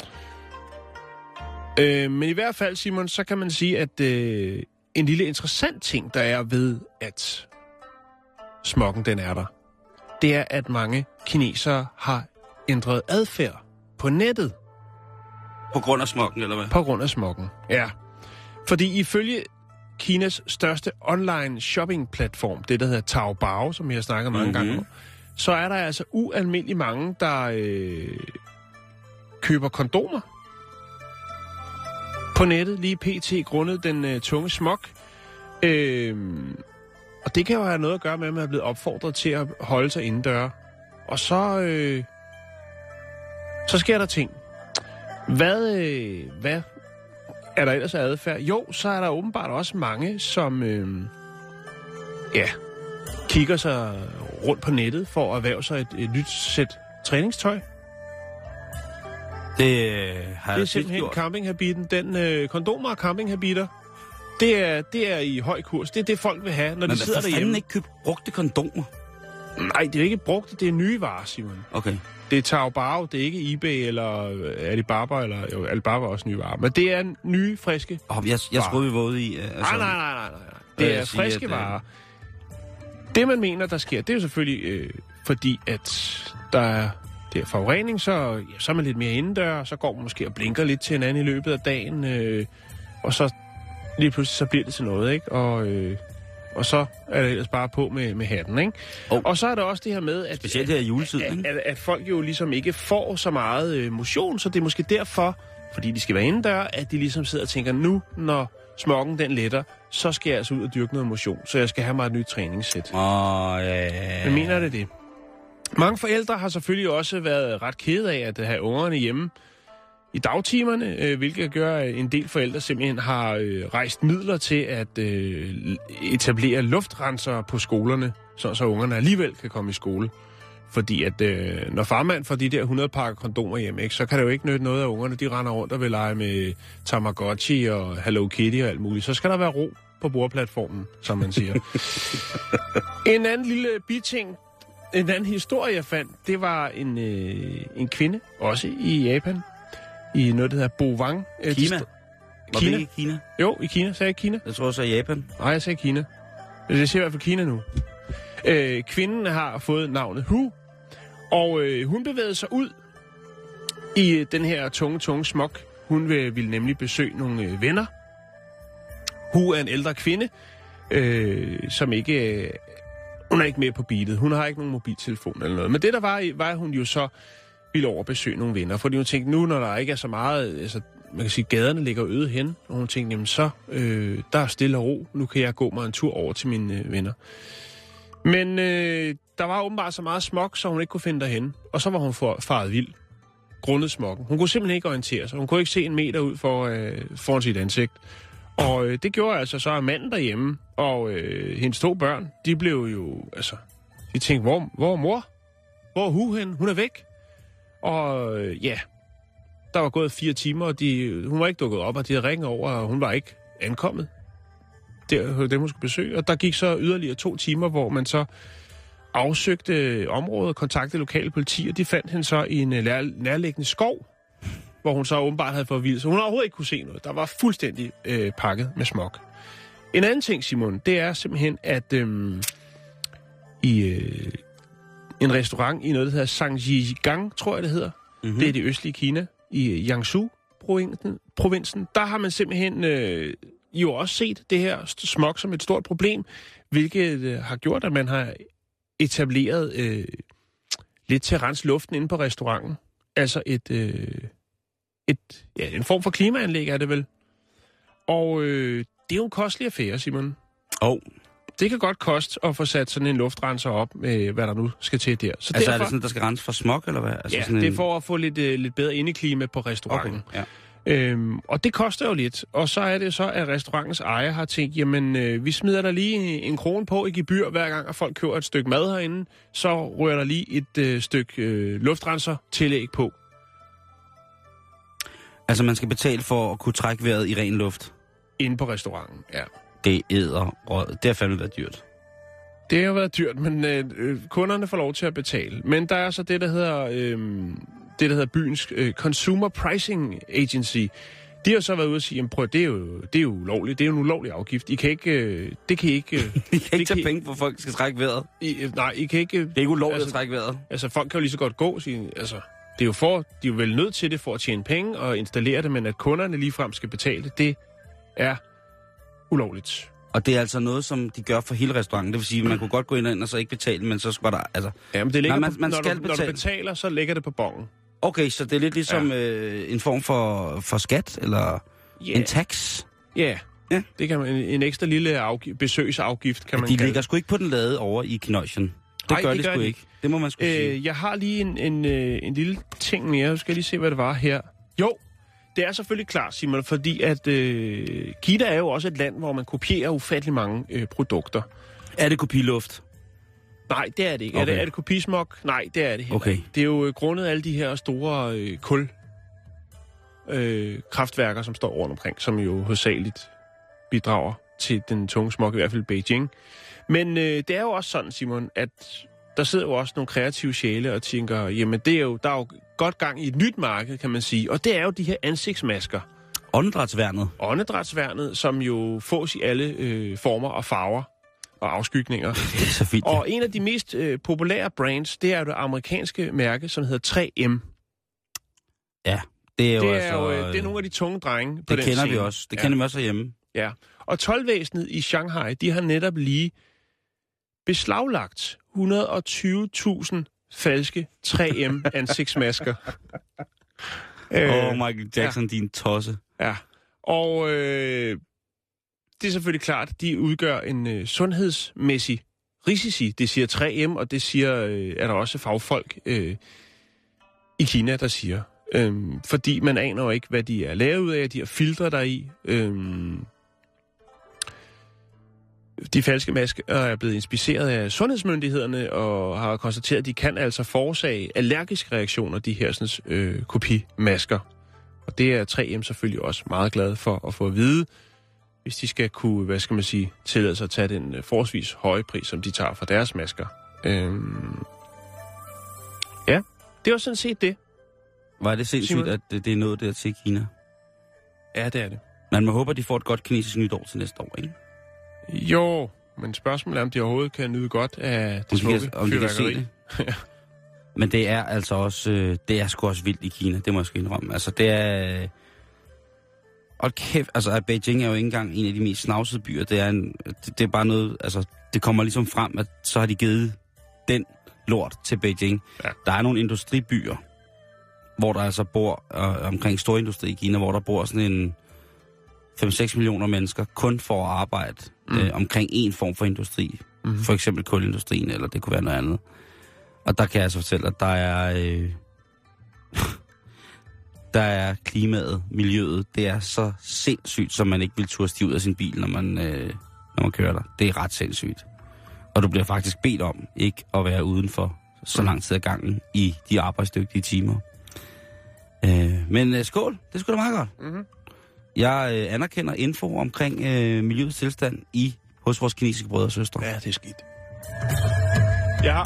Øh, men i hvert fald, Simon, så kan man sige, at øh, en lille interessant ting, der er ved, at smoggen den er der, det er, at mange kinesere har ændret adfærd på nettet. På grund af smoggen, eller hvad? På grund af smoggen, ja. Fordi ifølge Kinas største online shopping-platform, det der hedder Taobao, som vi har snakket mange mm-hmm. gange om, så er der altså ualmindeligt mange, der øh, køber kondomer på nettet, lige pt. Grundet den øh, tunge smog. Øh, og det kan jo have noget at gøre med, at man er blevet opfordret til at holde sig indendøre. Og så, øh, så sker der ting. Hvad, øh, hvad er der ellers af adfærd? Jo, så er der åbenbart også mange, som øh, ja, kigger sig rundt på nettet for at erhverve sig et, et nyt sæt træningstøj. Det har jeg Det er simpelthen campinghabiten. Den øh, kondomer og campinghabiter, det er, det er i høj kurs. Det er det, folk vil have, når Men de sidder derhjemme. Men fanden ikke købt brugte kondomer? Nej, det er ikke brugte, det er nye varer, Simon. Okay. Det er Taobao, det er ikke eBay eller Alibaba, eller jo, Alibaba er også nye varer. Men det er nye, friske oh, Jeg, jeg troede, vi var ude i... Uh, altså, nej, nej, nej, nej, nej. Det er sige, friske at, varer. Det, man mener, der sker, det er jo selvfølgelig, øh, fordi at der er, det er forurening, så, ja, så er man lidt mere indendør, så går man måske og blinker lidt til hinanden i løbet af dagen, øh, og så lige pludselig så bliver det til noget, ikke? Og... Øh, Og så er det ellers bare på med, med hatten, ikke? Oh. Og så er der også det her med, at, specielt her i juletid, at, at, at folk jo ligesom ikke får så meget øh, motion, så det er måske derfor, fordi de skal være indendør, at de ligesom sidder og tænker, nu når smoggen den letter, så skal jeg altså ud og dyrke noget motion, så jeg skal have mig et nyt træningssæt. Åh, oh, ja, ja. Men mener det det? Mange forældre har selvfølgelig også været ret kede af at have ungerne hjemme i dagtimerne, øh, hvilket gør, at en del forældre simpelthen har øh, rejst midler til at øh, etablere luftrensere på skolerne, så, så ungerne alligevel kan komme i skole. Fordi at øh, når farmand får de der hundrede pakker kondomer hjem, ikke, så kan det jo ikke nytte noget af ungerne. De render rundt og vil lege med Tamagotchi og Hello Kitty og alt muligt. Så skal der være ro på bordplatformen, som man siger. En anden lille biting, en anden historie, jeg fandt, det var en, øh, en kvinde, også i Japan, i noget, der hedder Bovang. Kima? Var Kina. det ikke i Kina? Jo, i Kina. Sagde jeg Kina? Jeg tror, jeg sagde Japan. Nej, jeg sagde Kina. Jeg siger i hvert fald Kina nu. Øh, kvinden har fået navnet Hu, og øh, hun bevægede sig ud i øh, den her tunge, tunge smok. Hun vil, ville nemlig besøge nogle øh, venner. Hu er en ældre kvinde, øh, som ikke... Øh, hun er ikke med på beatet. Hun har ikke nogen mobiltelefon eller noget. Men det, der var, var at hun jo så ville over besøge nogle venner. Fordi hun tænkte, nu når der ikke er så meget... Altså, man kan sige, gaderne ligger øde hen. Og hun tænkte, jamen så, øh, der er stille og ro. Nu kan jeg gå mig en tur over til mine øh, venner. Men øh, der var åbenbart så meget smog, så hun ikke kunne finde derhen. Og så var hun for, faret vild. Grundet smokken. Hun kunne simpelthen ikke orientere sig. Hun kunne ikke se en meter ud for, øh, foran sit ansigt. Og øh, det gjorde altså så, at manden derhjemme og øh, hendes to børn, de blev jo, altså, de tænkte, hvor, hvor er mor? Hvor er Hu hen? Hun er væk. Og øh, ja, der var gået fire timer, og de, hun var ikke dukket op, og de havde ringet over, og hun var ikke ankommet. Der, dem hun skulle besøge. Og der gik så yderligere to timer, hvor man så afsøgte området, kontaktede lokale politi, og de fandt hende så i en nærliggende skov, hvor hun så åbenbart havde fået vildt. Så hun overhovedet ikke kunne se noget. Der var fuldstændig øh, pakket med smog. En anden ting, Simon, det er simpelthen, at øh, i øh, en restaurant i noget, der hedder Zhangjiang, tror jeg det hedder. Mm-hmm. Det er det østlige Kina, i Jiangsu-provinsen. Der har man simpelthen øh, jo også set det her smog som et stort problem, hvilket øh, har gjort, at man har etableret øh, lidt til at rense luften inde på restauranten. Altså et... Øh, Et, ja, en form for klimaanlæg er det vel. Og øh, det er jo en kostelig affære, Simon. Oh. Det kan godt koste at få sat sådan en luftrenser op med, hvad der nu skal til der. Så altså derfor, er det sådan, der skal rense for smog, eller hvad? Altså ja, sådan det en... er for at få lidt, uh, lidt bedre indeklima på restauranten. Okay, ja. Øhm, og det koster jo lidt. Og så er det så, at restaurantens ejer har tænkt, jamen, øh, vi smider der lige en krone på i gebyr, hver gang, at folk køber et stykke mad herinde. Så rører der lige et øh, stykke øh, luftrenser tillæg på. Altså, man skal betale for at kunne trække vejret i ren luft? Inde på restauranten, ja. Det æder råd. Det har fandme været dyrt. Det har været dyrt, men øh, kunderne får lov til at betale. Men der er så det, der hedder, øh, det, der hedder byens øh, Consumer Pricing Agency. De har så været ude og sige, prøv, det er jo, det er jo ulovligt. Det er jo en ulovlig afgift. I kan ikke... Øh, det kan I ikke... Øh, I kan ikke tage penge på, folk skal trække vejret. I, øh, nej, I kan ikke... Det er ikke ulovligt altså, at trække vejret. Altså, folk kan jo lige så godt gå. Sige, altså, det er jo for... De er jo vel nødt til det for at tjene penge og installere det, men at kunderne ligefrem skal betale det, det er ulovligt. Og det er altså noget, som de gør for hele restauranten. Det vil sige, at man kunne godt gå ind og så ikke betale, men så skal der... Altså, ja, men det ligger nej, man, på, man når, skal du, betale. når du betaler, så ligger det på bongen. Okay, så det er lidt ligesom ja. øh, en form for, for skat, eller yeah. en tax? Yeah. Ja, det kan man, en, en ekstra lille afgift, besøgsafgift, kan ja, man de kalde. ligger sgu ikke på den lade over i Knøjsen. Det Ej, gør det de gør sgu de. ikke. Det må man sgu øh, sige. Jeg har lige en, en, en lille ting mere. Jeg skal lige se, hvad det var her. Jo, det er selvfølgelig klart, Simon, fordi at øh, Kina er jo også et land, hvor man kopierer ufattelig mange øh, produkter. Er det kopiluft? Nej, det er det ikke. Okay. Er det, er det kopismok? Nej, det er det heller okay. ikke. Det er jo øh, grundet af alle de her store øh, kul øh, kraftværker, som står rundt omkring, som jo hovedsageligt bidrager til den tunge smog, i hvert fald Beijing. Men øh, det er jo også sådan, Simon, at der sidder jo også nogle kreative sjæle og tænker, jamen det er jo, der er jo godt gang i et nyt marked, kan man sige. Og det er jo de her ansigtsmasker. Åndedrætsværnet. Åndedrætsværnet, som jo fås i alle øh, former og farver og afskygninger. Det er så fint. Og en af de mest øh, populære brands, det er jo det amerikanske mærke, som hedder tre M. Ja, det er jo det er altså... Jo, øh, det er nogle af de tunge drenge på det den kender scene. vi også. Det ja. kender vi også hjemme. Ja, og toldvæsenet i Shanghai, de har netop lige beslaglagt et hundrede og tyve tusind falske tre M ansigtsmasker. Åh, oh, Michael Jackson, ja. Din tosse. Ja, og øh, det er selvfølgelig klart, at de udgør en øh, sundhedsmæssig risici. Det siger tre M, og det siger, øh, er der også fagfolk øh, i Kina, der siger. Øh, fordi man aner jo ikke, hvad de er lavet af, de har filtre der i. Øh, De falske masker er blevet inspiceret af sundhedsmyndighederne og har konstateret, at de kan altså forårsage allergiske reaktioner, de her sådan, øh, kopimasker. Og det er tre M selvfølgelig også meget glade for at få at vide, hvis de skal kunne, hvad skal man sige, tillade sig at tage den forholdsvis høje pris, som de tager for deres masker. Øhm... Ja, det var sådan set det. Var det sindssygt, Simon? At det, det er noget der til Kina? Ja, det er det. Man må håbe, at de får et godt kinesisk nytår til næste år, ikke? Jo, men spørgsmålet er, om de overhovedet kan nyde godt af det Om de smukke kan, om de kan se fyrværkeri. det. Men det er altså også, øh, det er sgu også vildt i Kina, det må jeg sgu indrømme. Altså det er, øh, og kæft, altså at Beijing er jo ikke engang en af de mest snavsede byer. Det er, en, det, det er bare noget, altså det kommer ligesom frem, at så har de givet den lort til Beijing. Ja. Der er nogle industribyer, hvor der altså bor, øh, omkring storindustri i Kina, hvor der bor sådan en fem til seks millioner mennesker, kun for at arbejde mm. øh, omkring en form for industri. Mm. For eksempel kulindustrien, eller det kunne være noget andet. Og der kan jeg altså fortælle, at der er, øh, der er klimaet, miljøet, det er så sindssygt, som man ikke vil turde stige ud af sin bil, når man, øh, når man kører der. Det er ret sindssygt. Og du bliver faktisk bedt om ikke at være udenfor så lang tid ad gangen i de arbejdsdygtige timer. Øh, men øh, skål, det skulle da meget godt. Mm-hmm. Jeg øh, anerkender info omkring øh, miljøets tilstand i hos vores kinesiske brødre og søstre. Ja, det er skidt. Ja.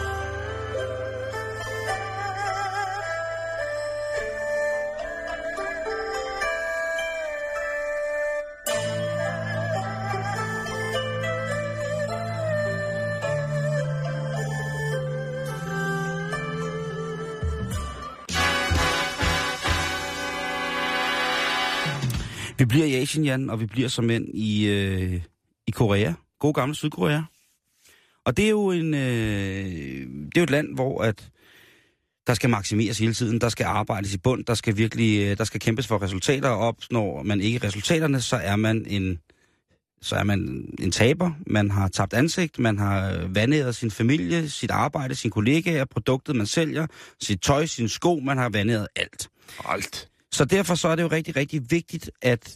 Vi bliver i Asien, Jan, og vi bliver som mænd i, øh, i Korea. God gamle Sydkorea. Og det er jo en, øh, det er jo et land, hvor at der skal maksimeres hele tiden, der skal arbejdes i bund, der skal virkelig, der skal kæmpes for resultater, og opnår man ikke resultaterne, så er man en, så er man en taber. Man har tabt ansigt, man har vandæret sin familie, sit arbejde, sine kollegaer, produktet man sælger, sit tøj, sine sko, man har vandæret alt. Alt. Så derfor så er det jo rigtig, rigtig vigtigt, at,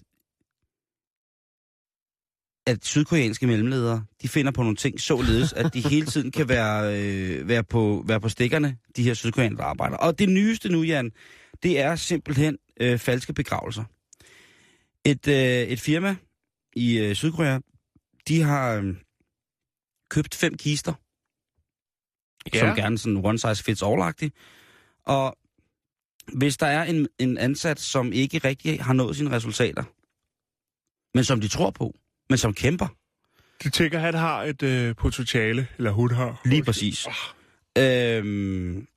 at sydkoreanske mellemledere, de finder på nogle ting således, at de hele tiden kan være, øh, være, på, være på stikkerne, de her sydkoreanske arbejdere. Og det nyeste nu, Jan, det er simpelthen øh, falske begravelser. Et, øh, et firma i øh, Sydkorea, de har øh, købt fem kister, ja. Som gerne sådan one size fits all-agtigt. Og hvis der er en, en ansat, som ikke rigtig har nået sine resultater, men som de tror på, men som kæmper. De tænker, at han har et øh, potentiale, eller hun har. Lige præcis. Oh. Øhm,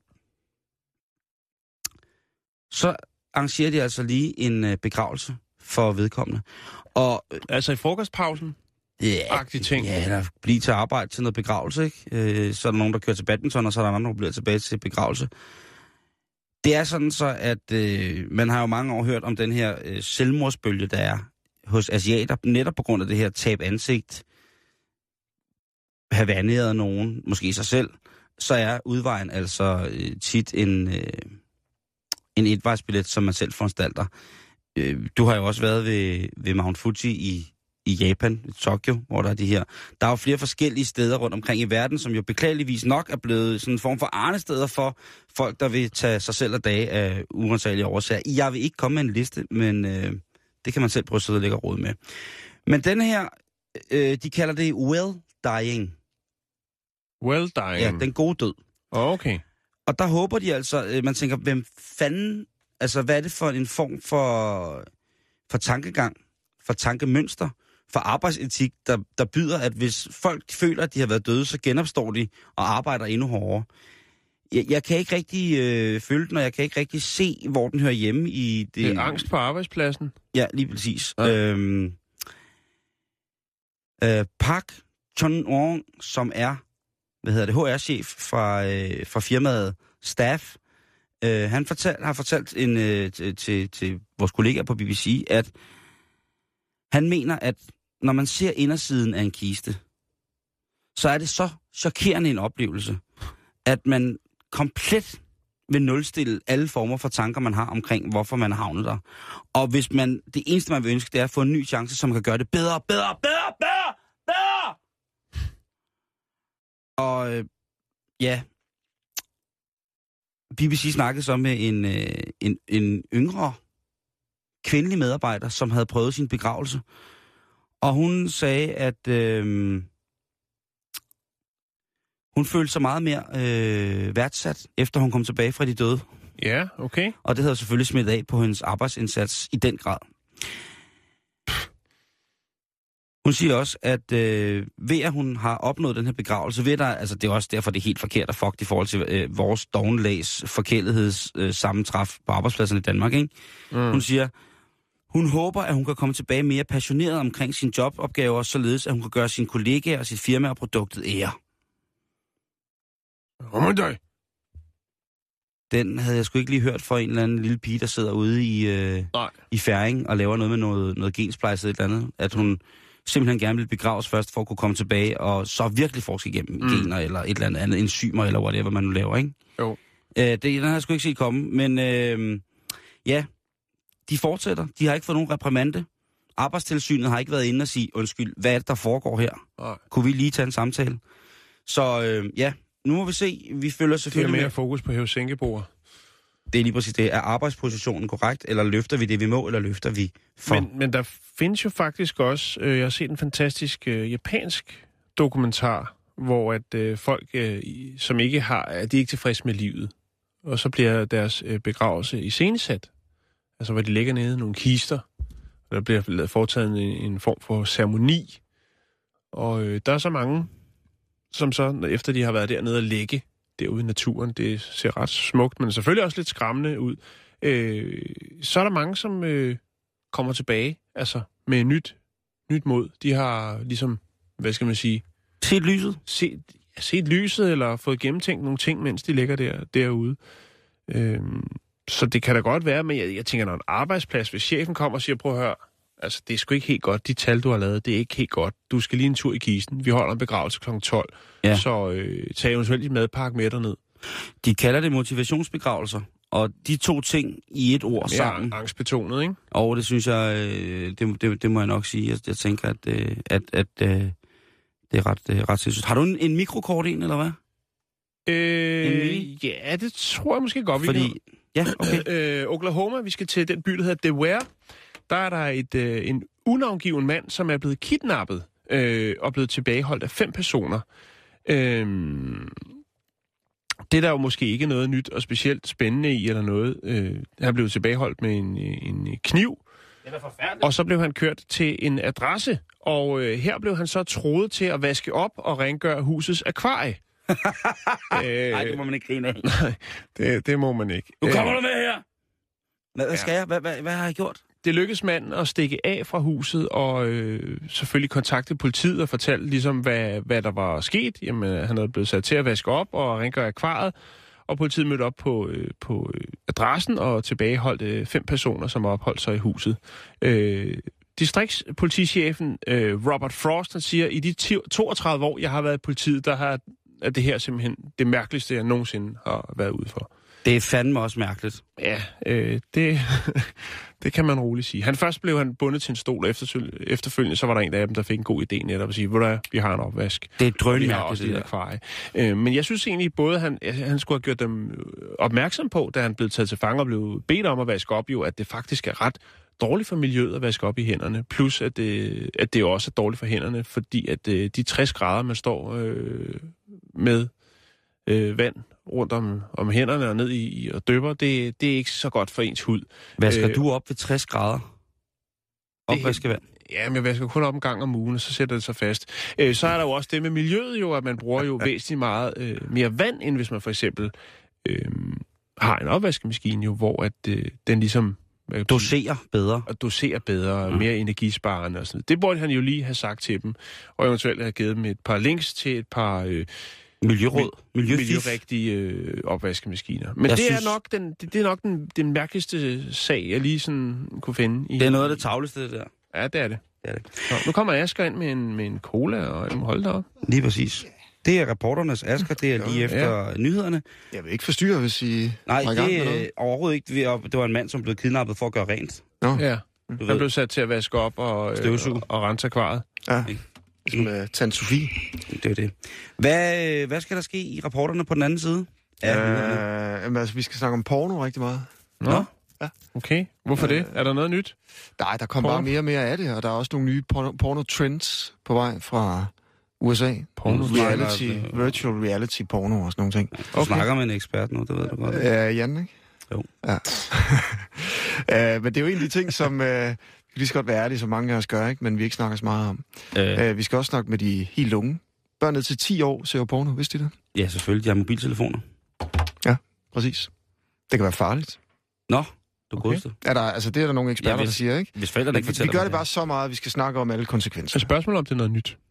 så arrangerer de altså lige en øh, begravelse for vedkommende. Og, øh, altså i frokostpausen? Ja, ting. Ja, eller blive til arbejde til noget begravelse, ikke? Øh, så er der nogen, der kører til badminton, og så er der andre, der bliver tilbage til begravelse. Det er sådan så, at øh, man har jo mange år hørt om den her øh, selvmordsbølge, der er hos asiater, netop på grund af det her tab ansigt, have vanderet nogen, måske sig selv, så er udvejen altså øh, tit en, øh, en etvejsbillet, som man selv foranstalter. Øh, du har jo også været ved, ved Mount Fuji i, i Japan, i Tokyo, hvor der er de her. Der er jo flere forskellige steder rundt omkring i verden, som jo beklageligvis nok er blevet sådan en form for arnesteder for folk, der vil tage sig selv af dage af urensagelige årsager. Jeg vil ikke komme med en liste, men øh, det kan man selv prøve at sidde og lægge råd med. Men den her, øh, de kalder det well dying. Well dying? Ja, den gode død. Okay. Og der håber de altså, øh, man tænker, hvem fanden, altså hvad er det for en form for, for tankegang, for tankemønster, for arbejdsetik, der, der byder, at hvis folk føler, at de har været døde, så genopstår de og arbejder endnu hårdere. Jeg, jeg kan ikke rigtig øh, følge den, og jeg kan ikke rigtig se, hvor den hører hjemme i det. Det er angst på arbejdspladsen? Ja, lige præcis. Ja. Øhm, øh, Park Chun-won, som er, hvad hedder det, H R-chef fra, øh, fra firmaet Staff, øh, han fortal, har fortalt en, øh, til, til, til vores kollegaer på B B C, at han mener, at når man ser indersiden af en kiste, så er det så chokerende en oplevelse, at man komplet vil nulstille alle former for tanker, man har omkring, hvorfor man har havnet der. Og hvis man, det eneste, man vil ønske, det er at få en ny chance, som kan gøre det bedre, bedre, bedre, bedre, bedre! Og øh, ja, B B C snakkede så med en, øh, en, en yngre kvindelig medarbejder, som havde prøvet sin begravelse. Og hun sagde, at øh, hun følte sig meget mere øh, værdsat, efter hun kom tilbage fra de døde. Ja, okay. Og det havde selvfølgelig smittet af på hendes arbejdsindsats i den grad. Hun siger også, at øh, ved at hun har opnået den her begravelse, ved der, altså det er også derfor, det er helt forkert at fuck i forhold til øh, vores dovenlags forkæligheds øh, sammentræf på arbejdspladsen i Danmark, ikke? Mm. Hun siger, hun håber, at hun kan komme tilbage mere passioneret omkring sine jobopgaver, således at hun kan gøre sine kollegaer og sit firma og produktet ære. Hvor dig? Den havde jeg sgu ikke lige hørt fra en eller anden lille pige, der sidder ude i, øh, i Færing og laver noget med noget, noget gensplejset et eller andet. At hun simpelthen gerne vil begraves først for at kunne komme tilbage og så virkelig forske igennem mm. gener eller et eller andet enzymer eller whatever man nu laver, ikke? Jo. Øh, det, den har jeg sgu ikke set komme, men øh, ja, de fortsætter. De har ikke fået nogen reprimande. Arbejdstilsynet har ikke været inde og sige, undskyld, hvad er det, der foregår her? Nej. Kunne vi lige tage en samtale? Så øh, ja, nu må vi se. Vi følger selvfølgelig det er mere fokus på hæve-sænkebordet. Det er lige præcis det. Er arbejdspositionen korrekt, eller løfter vi det, vi må, eller løfter vi for? Men, men der findes jo faktisk også, øh, jeg har set en fantastisk øh, japansk dokumentar, hvor at øh, folk, øh, som ikke har, at de ikke er tilfredse med livet, og så bliver deres øh, begravelse iscenesat. Altså hvor de ligger nede i nogle kister, og der bliver foretaget en, en form for ceremoni. Og øh, der er så mange, som så, efter de har været dernede og ligge derude i naturen, det ser ret smukt, men selvfølgelig også lidt skræmmende ud. Øh, så er der mange, som øh, kommer tilbage, altså med nyt, nyt mod. De har ligesom, hvad skal man sige... Set lyset? Set, set lyset, eller fået gennemtænkt nogle ting, mens de ligger der, derude. Øh, så det kan da godt være, men jeg, jeg tænker, når en arbejdsplads, hvis chefen kommer og siger, prøv at høre, altså det er sgu ikke helt godt, de tal, du har lavet, det er ikke helt godt. Du skal lige en tur i kisten. Vi holder en begravelse klokken tolv. Ja. Så øh, tag eventuelt dit madpakke med derned. De kalder det motivationsbegravelser. Og de to ting i et ord ja, sammen. Angstbetonet, ikke? Og det synes jeg, øh, det, det, det må jeg nok sige. Jeg, jeg tænker, at, øh, at, at øh, det er ret, øh, ret sindssygt. Har du en, en mikrokort en, eller hvad? Øh, ja, det tror jeg måske godt, vi Fordi, kan. Ja, okay. Øh, Oklahoma, vi skal til den by, der hedder Delaware. Der er der et, øh, en unavngiven mand, som er blevet kidnappet øh, og blevet tilbageholdt af fem personer. Øh, det er der jo måske ikke noget nyt og specielt spændende i, eller noget. Øh, han blev tilbageholdt med en, en kniv. Det er forfærdeligt. Og så blev han kørt til en adresse, og øh, her blev han så troet til at vaske op og rengøre husets akvarie. Nej, det må man ikke grine af. Nej, det, det må man ikke. Nu kommer du med her! Hvad, hvad skal ja. jeg? Hvad, hvad, hvad har jeg gjort? Det lykkedes manden at stikke af fra huset og øh, selvfølgelig kontakte politiet og fortælle ligesom, hvad, hvad der var sket. Jamen, han havde blevet sat til at vaske op og rengøre akvariet, og politiet mødte op på, øh, på øh, adressen og tilbageholdt øh, fem personer, som har opholdt sig i huset. Øh, distriktspolitichefen øh, Robert Frost, han siger, i de toogtredive år, jeg har været i politiet, der har at det her simpelthen det mærkeligste, jeg nogensinde har været ude for. Det er fandme også mærkeligt. Ja, øh, det, det kan man roligt sige. Han først blev han bundet til en stol, og efterfølgende så var der en af dem, der fik en god idé netop at sige, ved du hvad, vi har en opvask. Det er drønmærkeligt. Vi har også et akvarie. Øh, men jeg synes egentlig, både han, han skulle have gjort dem opmærksom på, da han blev taget til fange og blev bedt om at vaske op, jo, at det faktisk er ret dårligt for miljøet at vaske op i hænderne. Plus, at det, at det også er dårligt for hænderne, fordi at øh, de tres grader, man står øh, med øh, vand rundt om, om hænderne og ned i og døber, det, det er ikke så godt for ens hud. Vasker øh, du op ved tres grader? Opvaskevand? Ja, men jeg vasker kun op en gang om ugen, og så sætter det sig fast. Øh, så er der jo også det med miljøet jo, at man bruger jo væsentligt meget øh, mere vand, end hvis man for eksempel øh, har en opvaskemaskine, jo, hvor at, øh, den ligesom doserer bedre. Og doserer bedre, mm. mere energisparende og sådan noget. Det burde han jo lige have sagt til dem, og eventuelt have givet dem et par links til et par øh, miljøråd, miljørigtige øh, opvaskemaskiner. Men det, synes... er nok den, det, det er nok den, den mærkeligste sag, jeg lige sådan kunne finde. I, det er noget af det tavligste, det der. Ja, det er det. det, er det. Nå, nu kommer Asger ind med en, med en cola og en hold derop. Lige præcis. Det er reporternes Asger, det er lige efter ja. nyhederne. Jeg vil ikke forstyrre, hvis I Nej, det er overhovedet ikke. Det var en mand, som blev kidnappet for at gøre rent. Nå. Ja, du han blev sat til at vaske op og, øh, og, og rense akvariet. Ja, som uh, Tante Sofie. Det er det. Hvad, hvad skal der ske i reporterne på den anden side? Ja, uh, altså, vi skal snakke om porno rigtig meget. Nå, Nå. Ja. Okay. Hvorfor uh, det? Er der noget nyt? Nej, der kommer bare mere og mere af det, og der er også nogle nye porno- porno-trends på vej fra U S A. Porno, reality, altså, virtual reality porno og sådan nogle ting. Du okay. snakker med en ekspert nu, det ved du godt. Ja, uh, Jan, ikke? Jo. Ja. uh, men det er jo en af de ting, som uh, lige så godt være ærlige, som mange af os gør, ikke? Men vi ikke snakker så meget om. Øh. Uh, vi skal også snakke med de helt unge. Børn ned til ti år ser jo porno, vidste de det? Ja, selvfølgelig. De har mobiltelefoner. Ja, præcis. Det kan være farligt. Nå, du okay. godste. Er der, altså, det er der nogle eksperter, ja, hvis, der siger, ikke? Hvis forældrene ikke vi, fortæller vi gør det det bare så meget, at vi skal snakke om alle konsekvenser. Så spørgsmålet om det er noget nyt.